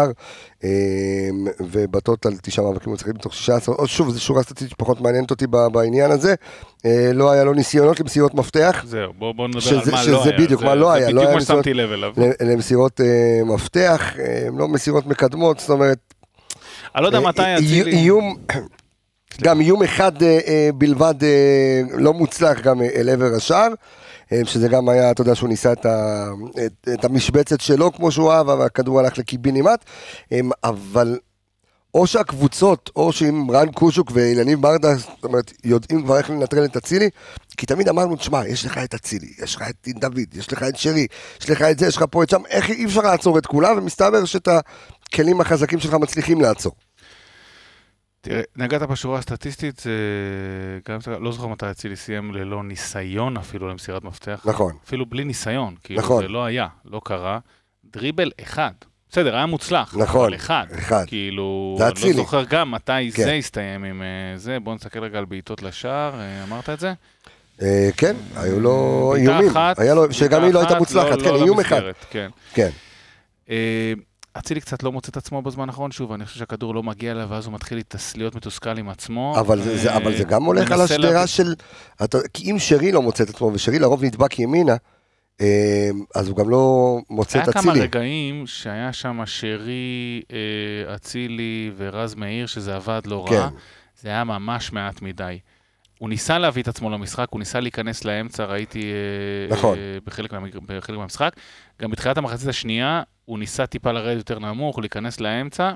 ובטוטל תשעה מאבקים מוצלחים מתוך שישה עשר, עוד שוב, זו שורה סטטיסטית שפחות מעניינת אותי בעניין הזה, לא היה לו ניסיונות למסירות מפתח. זהו, בואו נדבר על מה לא היה. שזה בדיוק, מה לא היה. זה בדיוק מה ששמתי לב אליו. למסירות מפתח, לא מסירות מקדמות, זאת אומרת... אני לא יודע מתי אצילי... איום... גם איום אחד בלבד לא מוצלח גם אל עבר השאר, שזה גם היה, אתה יודע שהוא ניסה את, ה, את, את המשבצת שלו כמו שהוא אהב, והכדור הלך לקיבינימט, אבל או שהקבוצות, או שאם רן קושוק ואילניב ברדה, זאת אומרת, יודעים כבר איך לנטרל את אצילי, כי תמיד אמרנו, תשמע, יש לך את אצילי, יש לך את דוד, יש לך את שרי, יש לך את זה, יש לך פה את שם, איך אי אפשר לעצור את כולם, ומסתבר שאת הכלים החזקים שלך מצליחים לעצור. תראה, נגעת בשורה הסטטיסטית, גם, לא זוכר מתי אצילי סיים ללא ניסיון אפילו למסירת מפתח. נכון. אפילו בלי ניסיון, כאילו נכון. זה לא היה, לא קרה. דריבל אחד. בסדר, היה מוצלח. נכון, אבל אחד. אחד. כאילו, זה אני אצילי. לא זוכר גם מתי כן. זה הסתיים עם זה. בואו נסתכל רגע על בעיטות לשער, אמרת את זה? אה, כן, היו לו בעיטה איומים. אחת, היה לו, שגם היא לא הייתה מוצלחת, לא, כן, לא איום אחד. למסגרת, כן. כן. אה, אצילי קצת לא מוצא את עצמו בזמן האחרון, שוב, אני חושב שהכדור לא מגיע אליו, ואז הוא מתחיל להיות מתוסכל עם עצמו. אבל זה, זה, אבל זה גם הולך על השדרה להביא... של... אתה, כי אם שרי לא מוצא את עצמו, ושרי לרוב נדבק ימינה, אז הוא גם לא מוצא את אצילי. היה כמה רגעים שהיה שם שרי, אצילי ורז מאיר, שזה עבד לא כן. רע. זה היה ממש מעט מדי. הוא ניסה להביא את עצמו למשחק, הוא ניסה להיכנס לאמצע, ראיתי נכון. בחלק, מה, בחלק מהמשחק. גם בתחילת המחצית השנייה, הוא ניסה טיפה לרדת יותר נמוך, להיכנס לאמצע,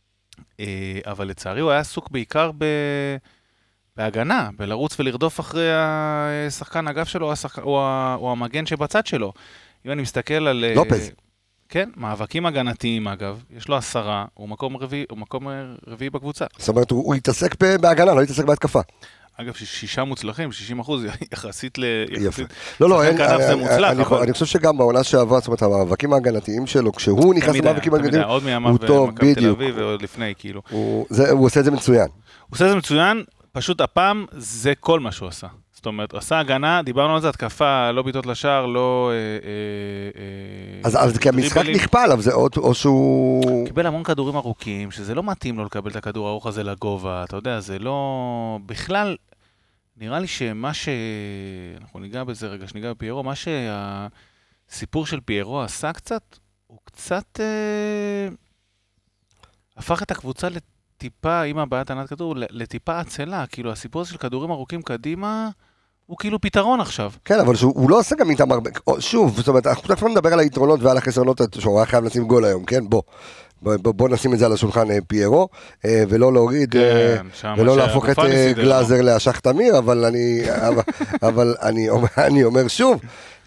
אבל לצערי הוא היה עסוק בעיקר ב... בהגנה, בלרוץ ולרדוף אחרי השחקן הגב שלו, השחק... או, ה... או המגן שבצד שלו. אם אני מסתכל על... לופז. כן, מאבקים הגנתיים אגב, יש לו עשרה, הוא מקום רביעי, הוא מקום רביעי בקבוצה. זאת אומרת, הוא, הוא התעסק בהגנה, לא התעסק בהתקפה. אגב, שישה מוצלחים, שישים אחוז, יחסית ל... יפה. לא, לא, אין, אני, מוצלח, אני, אבל... אני חושב שגם בעונה שעברה, זאת אומרת, המאבקים ההגנתיים שלו, כשהוא נכנס למאבקים ההגנתיים, עוד מימיו במכבי תל אביב ועוד לפני, כאילו. הוא, זה, הוא עושה את זה מצוין. הוא עושה את זה מצוין, פשוט הפעם זה כל מה שהוא עשה. זאת אומרת, הוא עשה הגנה, דיברנו על זה, התקפה, לא ביטות לשער, לא... אז, אז כי המשחק נכפה עליו, זה או, או שהוא... קיבל המון כדורים ארוכים, שזה לא מתאים לו לקבל את הכדור הארוך הזה לגובה, אתה יודע, זה לא... בכלל... נראה לי שמה ש... אנחנו ניגע בזה רגע, שניגע בפיירו, מה שהסיפור של פיירו עשה קצת, הוא קצת אה... הפך את הקבוצה לטיפה, עם הבעיית ענת כדור, לטיפה עצלה, כאילו הסיפור של כדורים ארוכים קדימה, הוא כאילו פתרון עכשיו. כן, אבל שהוא, הוא לא עושה גם איתם הרבה... שוב, זאת אומרת, אנחנו תכף נדבר על היתרונות ועל החסרונות, שהוא היה חייב לשים גול היום, כן? בוא. בוא, בוא נשים את זה על השולחן פיירו, ולא להוריד, כן, ולא להפוך את גלאזר לאשך תמיר, אבל אני, אבל אני, אני אומר שוב,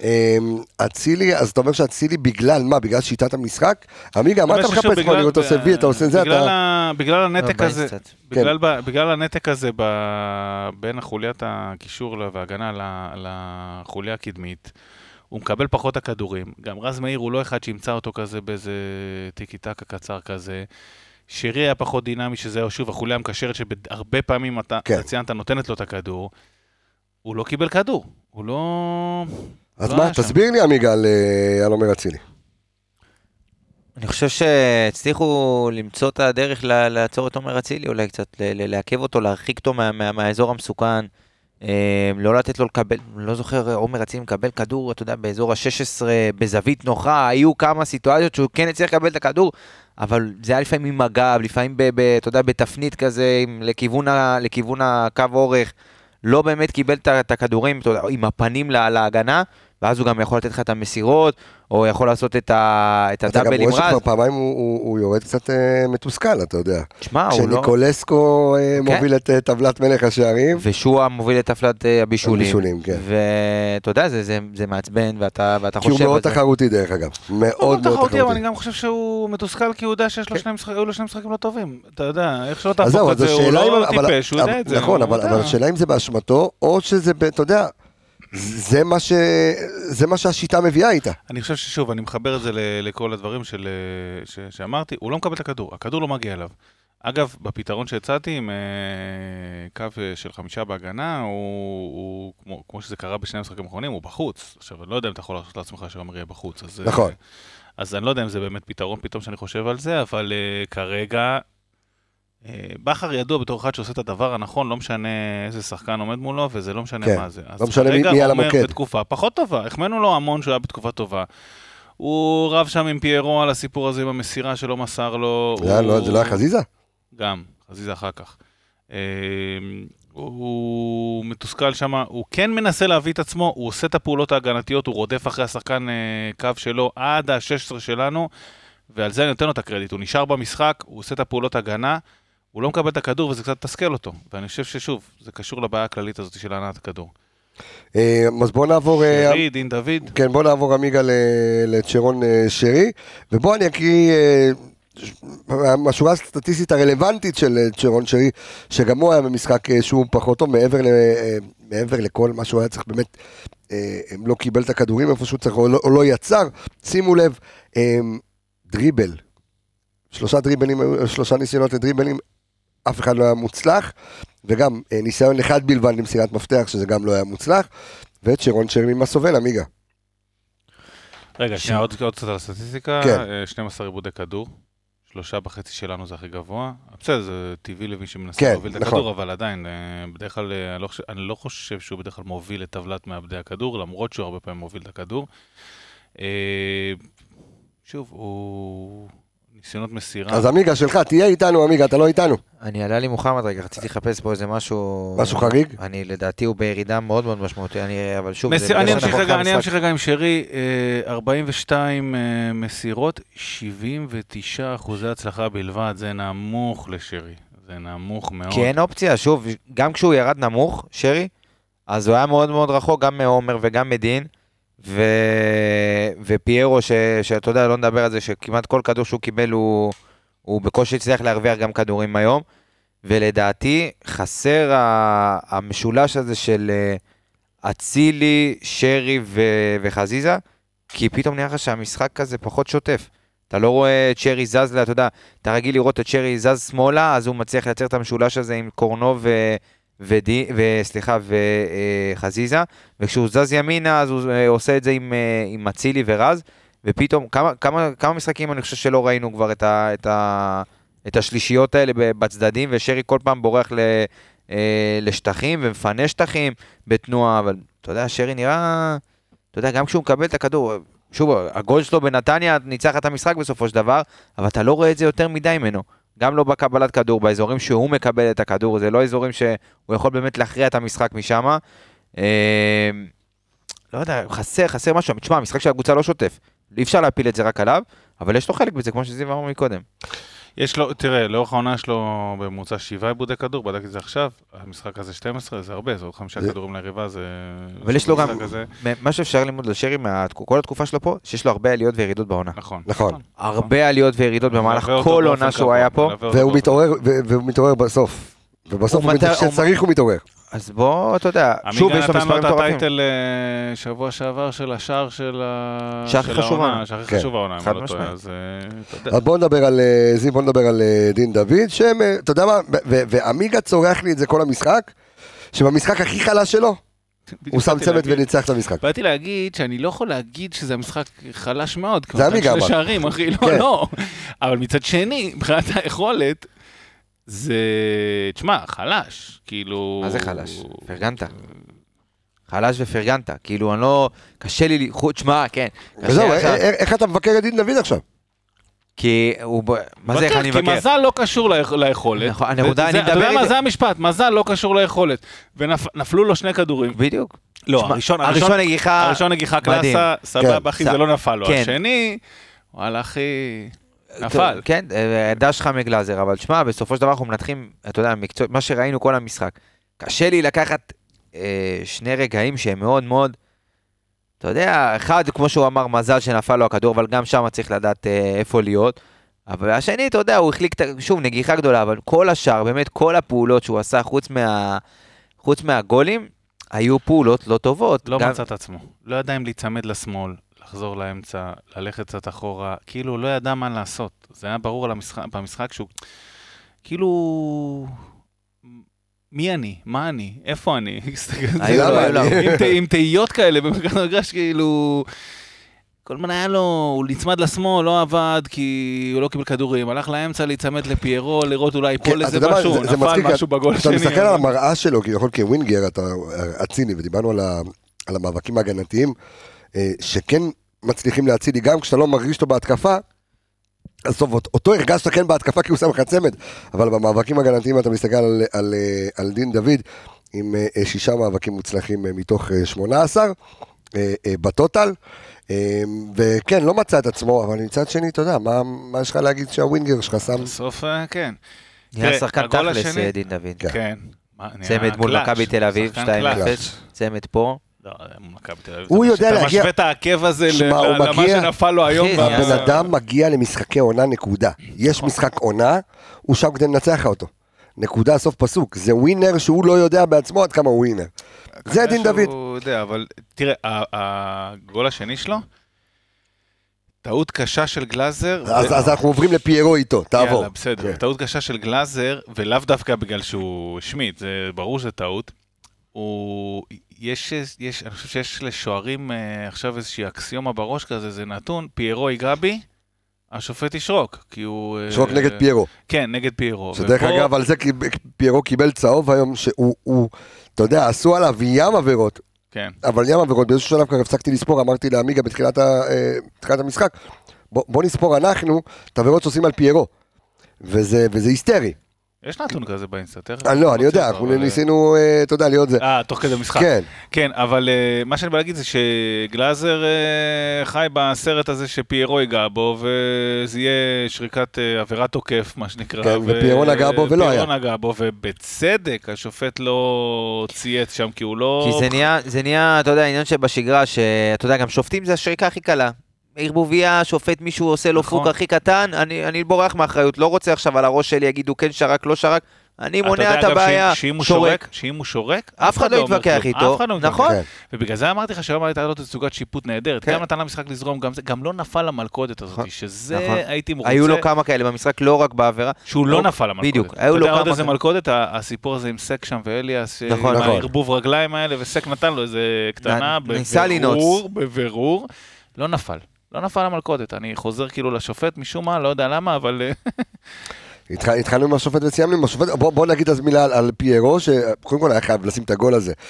אצילי, אז אתה אומר שאצילי בגלל מה? בגלל שיטת המשחק? עמיגה, מה אתה מחפש פה לראות עושה וי, אתה עושה את זה, אתה... בגלל הנתק הזה, בגלל הנתק הזה בין החוליית הקישור וההגנה לחוליה הקדמית, הוא מקבל פחות הכדורים. גם רז מאיר הוא לא אחד שימצא אותו כזה באיזה טיקי-טקה קצר כזה. שרי היה פחות דינמי, שזה שוב החוליה המקשרת שבהרבה פעמים אתה כן. ציינת נותנת לו את הכדור. הוא לא קיבל כדור. הוא לא... אז לא מה, תסביר לי עמיגה על, על עומר אצילי. אני חושב שהצליחו למצוא את הדרך לעצור את עומר אצילי, אולי קצת לעכב אותו, להרחיק אותו מה, מה, מהאזור המסוכן. לא לתת לו לקבל, לא זוכר, עומר אצילי מקבל כדור, אתה יודע, באזור ה-שש עשרה, בזווית נוחה, היו כמה סיטואציות שהוא כן הצליח לקבל את הכדור, אבל זה היה לפעמים עם הגב, לפעמים, ב, ב, אתה יודע, בתפנית כזה, עם, לכיוון, ה, לכיוון הקו אורך, לא באמת קיבל את הכדורים, אתה יודע, עם הפנים לה, להגנה, ואז הוא גם יכול לתת לך את המסירות, או יכול לעשות את, ה, את הדאבל עם רז. אתה גם רואה שכבר פעמיים הוא, הוא, הוא יורד קצת אה, מתוסכל, אתה יודע. תשמע, הוא לא... כשניקולסקו אה, כן. מוביל את אה, טבלת מלך השערים. ושועה מוביל את טבלת אה, הבישולים. הבישולים, כן. ואתה יודע, זה, זה, זה מעצבן, ואתה, ואתה כי חושב... הוא מאוד תחרותי דרך אגב. מאוד מאוד תחרותי. אבל אני גם חושב שהוא מתוסכל, כי הוא יודע שיש לו שני משחקים, היו לו שני משחקים לא טובים. אתה יודע, איך שלא אז תהפוך את זהו, זה, אז הוא השאלה לא אם- אבל- טיפש, הוא יודע את זה. נכון, הוא אבל יודע. אבל השאלה אם זה באשמתו, או שזה, ב- אתה יודע, זה מה ש- זה מה שהשיטה מביאה איתה. אני חושב ששוב, אני מחבר את זה ל- לכל הדברים של, ש- שאמרתי, הוא לא מקבל את הכדור, הכדור לא מגיע אליו. אגב, בפתרון שהצעתי עם אה, קו אה, של חמישה בהגנה, הוא, הוא כמו, כמו שזה קרה בשני המשחקים האחרונים, הוא בחוץ. עכשיו, אני לא יודע אם אתה יכול לעשות לעצמך שעומר יהיה בחוץ. אז, נכון. אה, אז אני לא יודע אם זה באמת פתרון פתאום שאני חושב על זה, אבל אה, כרגע, אה, בכר ידוע בתור אחד שעושה את הדבר הנכון, לא משנה איזה שחקן עומד מולו, וזה לא משנה כן, מה זה. אז לא משנה מי- כרגע מי על עומר המוקד. בתקופה פחות טובה, החמאנו לו המון שהוא היה בתקופה טובה. הוא רב שם עם פיירו על הסיפור הזה עם המסירה שלא מסר לו. זה היה- לא- זה לא היה חזיזה? גם, חזיזה אחר כך. אה, הוא מתוסכל שם, הוא כן מנסה להביא את עצמו, הוא עושה את הפעולות ההגנתיות, הוא רודף אחרי השחקן אה, קו שלו עד ה-שש עשרה שלנו, ועל זה אני נותן לו את הקרדיט. הוא נשאר במשחק, הוא עושה את הפעולות ההגנה, הוא לא מקבל את הכדור וזה קצת תסכל אותו. ואני חושב ששוב, זה קשור לבעיה הכללית הזאת של הנעת הכדור. אה, אז בוא נעבור... אה, שרי, דין דוד. כן, בוא נעבור עמיגה ל- לצ'רון אה, שרי, ובוא אני אקריא אה, ש- מהשורה הסטטיסטית הרלוונטית של אה, צ'רון שרי, שגם הוא היה במשחק אה, שהוא פחות טוב, מעבר, ל, אה, מעבר לכל מה שהוא היה צריך באמת, אה, הם לא קיבל את הכדורים איפה שהוא צריך, או לא, או לא יצר, שימו לב, אה, דריבל, שלושה דריבלים, היו- שלושה ניסיונות לדריבלים, אף אחד לא היה מוצלח, וגם אה, ניסיון אחד בלבד למסירת מפתח, שזה גם לא היה מוצלח, וצ'רון שרי ממה סובל, עמיגה. רגע, שנייה, עוד עוד קצת על הסטטיסטיקה. כן. אה, שנים עשר עיבודי כדור. שלושה בחצי שלנו זה הכי גבוה. בסדר, זה טבעי למי שמנסה כן, להוביל את נכון. הכדור, אבל עדיין, אה, בדרך כלל, אה, אני לא חושב- אני לא חושב שהוא בדרך כלל מוביל את טבלת מאבדי הכדור, למרות שהוא הרבה פעמים מוביל את הכדור. אה, שוב, הוא ניסיונות מסירה. אז עמיגה שלך, תהיה איתנו עמיגה, אתה לא איתנו. אני עלה לי מוחמד רגע, רציתי לחפש פה איזה משהו... משהו חריג? אני לדעתי הוא בירידה מאוד מאוד משמעותית, אני, אבל שוב... מסיר- זה אני בדרך אמשיך כלל רגע, אחרי אני המשחק. אמשיך רגע עם שרי, אה, ארבעים ושתיים אה, מסירות, שבעים ותשעה אחוזי הצלחה בלבד, זה נמוך לשרי, זה נמוך מאוד. כי אין אופציה, שוב, גם כשהוא ירד נמוך, שרי, אז הוא היה מאוד מאוד רחוק, גם מעומר וגם מדין, ו... ופיירו, ש... שאתה יודע, לא נדבר על זה, שכמעט כל כדור שהוא קיבל, הוא, הוא בקושי הצליח להרוויח גם כדורים היום, ולדעתי חסר ה... המשולש הזה של אה, אצילי, שרי ו... וחזיזה, כי פתאום נראה לך שהמשחק כזה פחות שוטף. אתה לא רואה את שרי זז, אתה יודע, אתה רגיל לראות את שרי זז שמאלה, אז הוא מצליח לייצר את המשולש הזה עם קורנו ו... ודי, וסליחה, וחזיזה, וכשהוא זז ימינה, אז הוא עושה את זה עם, עם אצילי ורז, ופתאום, כמה, כמה, כמה משחקים אני חושב שלא ראינו כבר את, ה, את, ה, את השלישיות האלה בצדדים, ושרי כל פעם בורח ל, לשטחים, ומפנה שטחים בתנועה, אבל אתה יודע, שרי נראה, אתה יודע, גם כשהוא מקבל את הכדור, שוב, הגול שלו בנתניה ניצח את המשחק בסופו של דבר, אבל אתה לא רואה את זה יותר מדי ממנו. גם לא בקבלת כדור, באזורים שהוא מקבל את הכדור, זה לא אזורים שהוא יכול באמת להכריע את המשחק משם. אה, לא יודע, חסר, חסר משהו. תשמע, המשחק של הקבוצה לא שוטף. אי אפשר להפיל את זה רק עליו, אבל יש לו חלק בזה, כמו שזיו אמר מקודם. יש לו, תראה, לאורך העונה יש לו בממוצע שבעה עיבודי כדור, בדקתי את זה עכשיו, המשחק הזה שתים עשרה, זה הרבה, זה עוד חמישה כדורים ליריבה, זה... אבל יש לו גם, הזה. מה שאפשר ללמוד על שרי, כל התקופה שלו פה, שיש לו הרבה עליות וירידות בעונה. נכון. נכון. הרבה עליות וירידות במהלך מלווה אותו כל באופן עונה שהוא קבוע, היה פה. מלווה אותו והוא באופן- מתעורר, ו- והוא מתעורר בסוף. ובסוף הוא הוא מתי- כשצריך הוא מתעורר. אז בוא, אתה יודע, שוב עמיגה יש לו נתן לו מספרים את מטורפים. הטייטל אה, שבוע שעבר של השער של ה- שער הכי של חשוב העונה, העונה. שער הכי כן. חשוב העונה, אם חד אני לא טועה, משמעית. אז אה, אתה יודע. אז בואו נדבר על, אה, זיו, בואו נדבר על אה, דין דוד, שהם, אה, אתה יודע מה, ו- ו- ועמיגה צורח לי את זה כל המשחק, שבמשחק הכי חלש שלו, בדיוק הוא שם באתי צמד להגיד- וניצח את המשחק. באתי להגיד שאני לא יכול להגיד שזה המשחק חלש מאוד, זה עמיגה שני אמר. שערים, אחי, לא, כן. לא. אבל מצד שני, מבחינת היכולת, זה, תשמע, חלש, כאילו... מה זה חלש? פרגנת. חלש ופרגנת. כאילו, אני לא... קשה לי... חוץ, שמע, כן. קשה וזהו, עכשיו. אה, אה, איך אתה מבקר את דין דוד עכשיו? כי הוא, מה זה איך אני כי מבקר? מזל לא קשור ליכ- ליכולת. נכון, הנקודה, אני אתה יודע מדבר מה, איתי- זה המשפט, מזל לא קשור ליכולת. ונפלו לו שני כדורים. בדיוק. לא, תשמע, הראשון, הראשון נגיחה, הראשון נגיחה מדהים. קלאסה, סבבה, אחי, כן. זה לא נפל לו. כן. השני, וואלה, אחי, נפל. כן, דש לך מגלאזר, אבל תשמע, בסופו של דבר אנחנו מנתחים, אתה יודע, מקצוע, מה שראינו כל המשחק. קשה לי לקחת אה, שני רגעים שהם מאוד מאוד, אתה יודע, אחד, כמו שהוא אמר, מזל שנפל לו הכדור, אבל גם שם צריך לדעת אה, איפה להיות. אבל השני, אתה יודע, הוא החליק, שוב, נגיחה גדולה, אבל כל השאר, באמת, כל הפעולות שהוא עשה חוץ, מה, חוץ מהגולים, היו פעולות לא טובות. לא גם... מצא את עצמו. לא ידע אם להיצמד לשמאל, לחזור לאמצע, ללכת קצת אחורה. כאילו, לא ידע מה לעשות. זה היה ברור על המשחק, במשחק שהוא... כאילו... מי אני? מה אני? איפה אני? היו לו, היו לו. עם ת- עם תהיות כאלה במרכז המגרש, כאילו... כל הזמן היה לו, הוא נצמד לשמאל, לא עבד, כי הוא לא קיבל כדורים, הלך לאמצע להצמד לפיירו, לראות אולי כן, פה אתה איזה יודע מה, משהו, זה- זה נפל מצחיק, משהו בגול אתה השני. מסתכל על אבל- המראה שלו, כביכול כווינגר, אתה אצילי, ודיברנו על ה- על המאבקים ההגנתיים, אה, שכן מצליחים להצילי, גם כשאתה לא מרגיש אותו בהתקפה, אז טוב, אותו הרגשת כן בהתקפה כי הוא שם לך צמד, אבל במאבקים הגנתיים אתה מסתכל על, על, על דין דוד, עם אה, שישה מאבקים מוצלחים אה, מתוך אה, שמונה עשר, אה, אה, בטוטל, אה, וכן, לא מצא את עצמו, אבל מצד שני, אתה יודע, מה, מה יש לך להגיד שהווינגר שלך שם? בסוף, אה, כן. נהיה תראה, שחקן הגול תכלס, השני- דין דוד. כן. מה, נהיה צמד מול קלאץ', מכבי תל אביב, שחקן שתיים קלאץ'. אפס, צמד פה. לא, מכבי תל אביב. הוא אתה יודע מש- אתה להגיע- משווה את העקב הזה ל- שמע, הוא ל- למה מגיע- שנפל לו היום. אחי, ב- הבן הבן אדם מגיע למשחקי עונה נקודה. יש משחק עונה, הוא שם כדי לנצח אותו. נקודה, סוף פסוק. זה ווינר שהוא לא יודע בעצמו עד כמה הוא ווינר. זה דין דוד. הוא יודע, אבל תראה, ה- הגול השני שלו, טעות קשה של גלאזר. אז ו- אז אנחנו עוברים לפיירו איתו, תעבור. יאללה, בסדר. כן. טעות קשה של גלאזר, ולאו דווקא בגלל שהוא השמיט, זה ברור שזה טעות. הוא, יש, יש, אני חושב שיש לשוערים אה, עכשיו איזושהי אקסיומה בראש כזה, זה נתון, פיירו ייגע בי, השופט ישרוק, כי הוא... אה, שרוק נגד פיירו. כן, נגד פיירו. שדרך ופה- אגב, על זה כי- פיירו קיבל צהוב היום, שהוא, הוא- אתה יודע, עשו עליו ים עבירות, כן. אבל ים עבירות, באיזשהו שלב כבר הפסקתי לספור, אמרתי לעמיגה בתחילת ה- אה, בתחילת המשחק, בוא בוא נספור אנחנו את העבירות שעושים על פיירו. וזה וזה היסטרי. יש נתון כזה באינסטה, תכף. אני לא, אני יודע, אבל- אנחנו ניסינו, אה, אתה יודע, להיות זה. אה, תוך כדי משחק. כן. כן, אבל uh, מה שאני בא להגיד זה שגלאזר uh, חי בסרט הזה שפיירו ייגע בו, וזה יהיה שריקת uh, עבירת תוקף, מה שנקרא. כן, ופיירו נגע בו ולא היה. פיירו נגע בו, ובצדק, השופט לא צייץ שם, כי הוא לא... כי זה נהיה, זה נהיה, אתה יודע, העניין שבשגרה, שאתה יודע, גם שופטים זה השריקה הכי קלה. ערבוביה, שופט, מישהו עושה לו נכון. פוק הכי קטן, אני, אני בורח מאחריות, לא רוצה עכשיו על הראש שלי, יגידו כן שרק, לא שרק, אני אתה מונע יודע, את אגב, הבעיה, שאם הוא שורק. שורק, שאם הוא שורק, אף אחד לא אומר יתווכח כלום. איתו, אף אחד לא מתווכח. נכון? כן. ובגלל זה אמרתי לך שהיום הייתה לו תצוגת שיפוט נהדרת, כן. גם נתן למשחק לזרום, גם זה, גם לא נפל למלכודת הזאת, נכון. שזה נכון. הייתי מרוצה. היו לו כמה כאלה במשחק, לא רק בעבירה. שהוא לא לא- נפל למלכודת. בדיוק, היו לו אתה יודע עוד כמה איזה כאלה. מלכודת, ה- הסיפור הזה עם סק שם ואליאס, נכון. עם נכון. הערבוב רגליים האלה, וסק נתן לו איזה קטנה, נ- ניסה בבירור, בבירור, לא נפל. לא נפל למלכודת. אני חוזר כאילו לשופט משום מה, לא יודע למה, אבל... התח- התחלנו עם השופט וסיימנו עם השופט, בוא, בוא נגיד אז מילה על, על פיירו, שקודם כל היה חייב לשים את הגול הזה.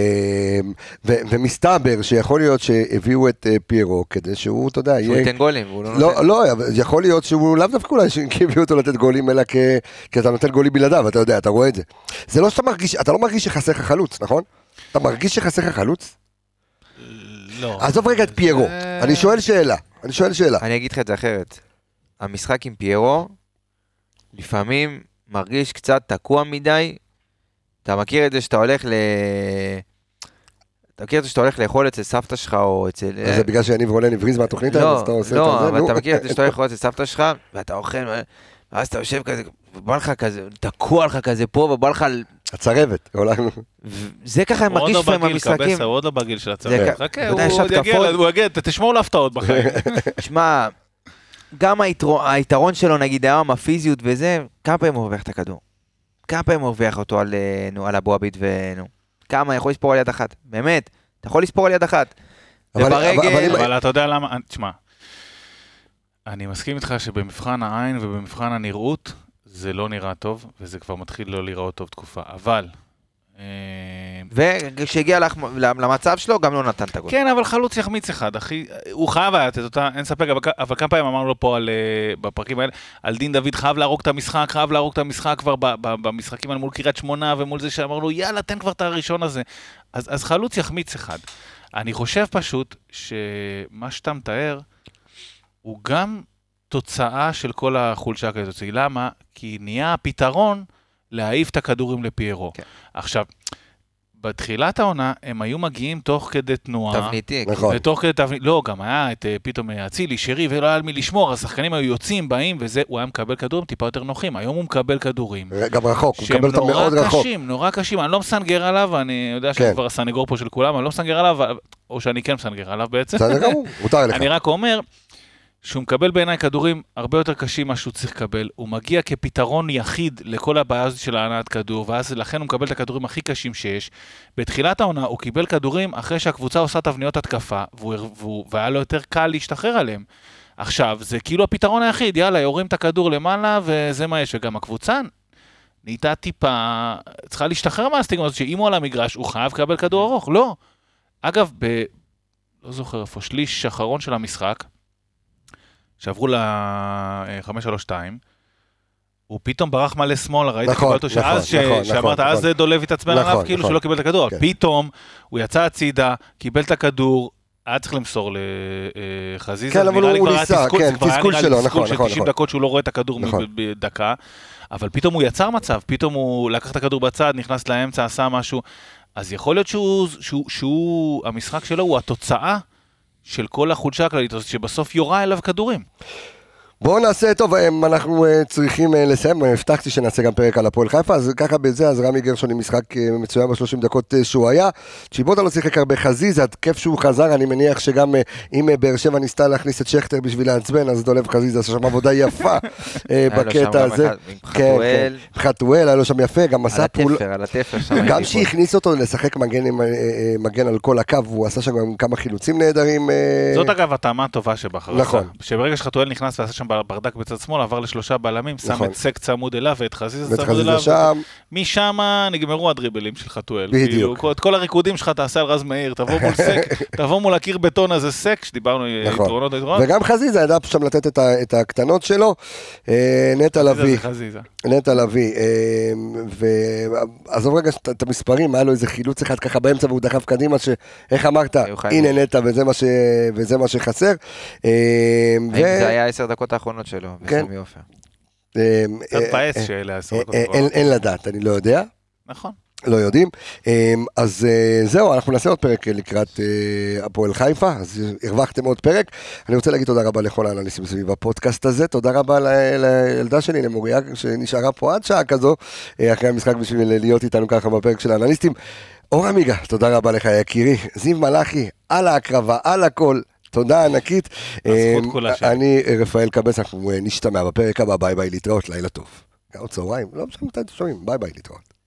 ו, ומסתבר שיכול להיות שהביאו את אה, פיירו כדי שהוא, אתה יודע, שהוא יהיה... ייתן גולים, והוא לא נותן. לא, לא, אבל יכול להיות שהוא לאו דווקא אולי שהביאו אותו לתת גולים, אלא כ... כי אתה נותן גולים בלעדיו, אתה יודע, אתה רואה את זה. זה לא שאתה מרגיש, אתה לא מרגיש שחסר לך חלוץ, נכון? אתה מרגיש שחסר לך חלוץ? לא. עזוב רגע את פיירו, זה- אני שואל שאלה, אני שואל שאלה. אני אגיד לך את זה אחרת. המשחק עם פיירו, לפעמים מרגיש קצת תקוע מדי. אתה מכיר את זה שאתה הולך ל... אתה מכיר את זה שאתה הולך לאכול אצל סבתא שלך או אצל... זה בגלל שאני ורונן הבריז מהתוכנית האלה, אז אתה לא, עושה את לא, זה, אבל נו. אתה מכיר את זה שאתה הולך לאכול אצל סבתא שלך, ואתה אוכל, ואז אתה יושב כזה, ובא לך כזה, תקוע לך כזה פה, ובא לך... הצרבת, עולה. זה ככה הוא עוד מרגיש לא לפעמים בגיל, במשחקים. קבסה, הוא עוד לא בגיל של זה הצבא. כ- חכה, אתה יודע, הוא יש עוד יגיע, התקפות. הוא יגיע, תשמור להפתעות בחיים. שמע, גם היתרון, היתרון שלו, נגיד היום, הפיזיות וזה, כמה פעמים הוא הרוויח את הכדור? כמה פעמים הוא הרוויח אותו על, אה, נו, על הבועבית ונו? כמה? יכול לספור על יד אחת. באמת, אתה יכול לספור על יד אחת. אבל- וברגל... אבל- אבל אם- אבל אתה יודע למה, תשמע, אני מסכים איתך שבמבחן העין ובמבחן הנראות, זה לא נראה טוב, וזה כבר מתחיל לא להיראות טוב תקופה. אבל... אה, וכשהגיע למצב שלו, גם לא נתן את הגול. כן, אבל חלוץ יחמיץ אחד, אחי, הוא חייב היה לתת אותה, אין ספק, אבל, אבל כמה פעמים אמרנו לו פה על, בפרקים האלה, על דין דוד חייב להרוג את המשחק, חייב להרוג את המשחק כבר ב, ב, במשחקים האלה מול קריית שמונה, ומול זה שאמרנו, יאללה, תן כבר את הראשון הזה. אז, אז חלוץ יחמיץ אחד. אני חושב פשוט שמה שאתה מתאר, הוא גם תוצאה של כל החולשה כזאת. למה? כי נהיה הפתרון להעיף את הכדורים לפיירו. כן. עכשיו, בתחילת העונה, הם היו מגיעים תוך כדי תנועה. תבניתי. נכון. ותוך כדי תבניתי, לא, גם היה את פתאום אצילי, שרי, ולא היה על מי לשמור, השחקנים היו יוצאים, באים, וזה, הוא היה מקבל כדורים טיפה יותר נוחים. היום הוא מקבל כדורים. גם רחוק, הוא מקבל אותם מאוד רחוק. שהם נורא קשים, נורא קשים. אני לא מסנגר עליו, אני יודע שאני כבר הסנגור פה של כולם, אני לא מסנגר עליו, או שאני כן מסנגר עליו בעצם. בסדר גמור, מותר לך. אני רק אומר שהוא מקבל בעיניי כדורים הרבה יותר קשים מה שהוא צריך לקבל, הוא מגיע כפתרון יחיד לכל הבעיה הזאת של הענת כדור, ואז לכן הוא מקבל את הכדורים הכי קשים שיש. בתחילת העונה הוא קיבל כדורים אחרי שהקבוצה עושה תבניות התקפה, והוא, והוא, והיה לו יותר קל להשתחרר עליהם. עכשיו, זה כאילו הפתרון היחיד, יאללה, יורים את הכדור למעלה, וזה מה יש, וגם הקבוצה נהייתה טיפה, צריכה להשתחרר מהסטיגמה הזאת, שאם הוא על המגרש, הוא חייב לקבל כדור ארוך, לא. אגב, ב... לא זוכר איפה, שליש אחרון של המשחק, שעברו ל-חמש שלוש שתיים, הוא פתאום ברח מלא שמאל, ראיתי נכון, קיבלתו שאז, נכון, נכון, שאמרת, נכון, אז זה דולב התעצבן נכון, עליו, כאילו נכון. שלא קיבל את הכדור, כן. פתאום הוא יצא הצידה, קיבל את הכדור, היה צריך למסור לחזיזה, כן, אבל הוא ניסה, כן, תסכול שלו, נכון, נכון, תשעים נכון. דקות שהוא לא רואה את הכדור נכון. בדקה, אבל פתאום הוא יצר מצב, פתאום הוא לקח את הכדור בצד, נכנס לאמצע, עשה משהו, אז יכול להיות שהוא, שהוא, שהוא, המשחק שלו הוא התוצאה של כל החולשה הכללית, שבסוף יורה אליו כדורים. בואו נעשה, טוב, אנחנו צריכים לסיים, הבטחתי שנעשה גם פרק על הפועל חיפה, אז ככה בזה, אז רמי גרשון עם משחק מצוין ב-שלושים דקות שהוא היה, צ'יבוטה לא שיחק הרבה חזיזה, כיף שהוא חזר, אני מניח שגם אם באר שבע ניסתה להכניס את שכטר בשביל לעצבן, אז דולב חזיזה עשה שם עבודה יפה בקטע הזה. חתואל. חתואל, היה לו שם יפה, גם עשה פעול... על התפר, שם. גם שהכניס אותו לשחק מגן על כל הקו, הוא עשה שם גם כמה חילוצים נהדרים. זאת אגב התאמה הטובה שבחרה. נכון. שברגע שחתואל נכנס ועשה שם ברדק בצד שמאל, עבר לשלושה בלמים, שם נכון. את סק צמוד אליו ואת חזיזה ואת צמוד חזיזה אליו. שם. משם נגמרו הדריבלים של חתואל. בדיוק. כאילו, את כל הריקודים שלך תעשה על רז מאיר, תבוא מול סק, תבוא מול הקיר בטון הזה סק, שדיברנו נכון. יתרונות יתרונות. וגם חזיזה ידע שם לתת את, ה, את הקטנות שלו. אה, נטע לביא. חזיזה. נטע לביא. אה, ועזוב רגע את המספרים, היה לו איזה חילוץ אחד ככה באמצע והוא דחף קדימה, שאיך אמרת, הנה נטע וזה מה, ש, וזה מה שחסר. אה, האם ו... זה היה עשר דקות האחרונות שלו, כן. בסמי עופר. קצת פייס שאלה עשר דקות. אין לדעת, אני לא יודע. נכון. לא יודעים. אז זהו, אנחנו נעשה עוד פרק לקראת הפועל חיפה, אז הרווחתם עוד פרק. אני רוצה להגיד תודה רבה לכל האנליסטים סביב הפודקאסט הזה, תודה רבה לילדה שלי, למוריה, שנשארה פה עד שעה כזו, אחרי המשחק בשביל להיות איתנו ככה בפרק של האנליסטים. אור עמיגה, תודה רבה לך יקירי, זיו מלאכי, על ההקרבה, על הכל. תודה ענקית. אני רפאל קבס, אנחנו נשתמע בפרק הבא, ביי ביי, להתראות, לילה טוב. עוד צהריים, לא משנה מתי אתם שומעים, ביי ביי, להתראות.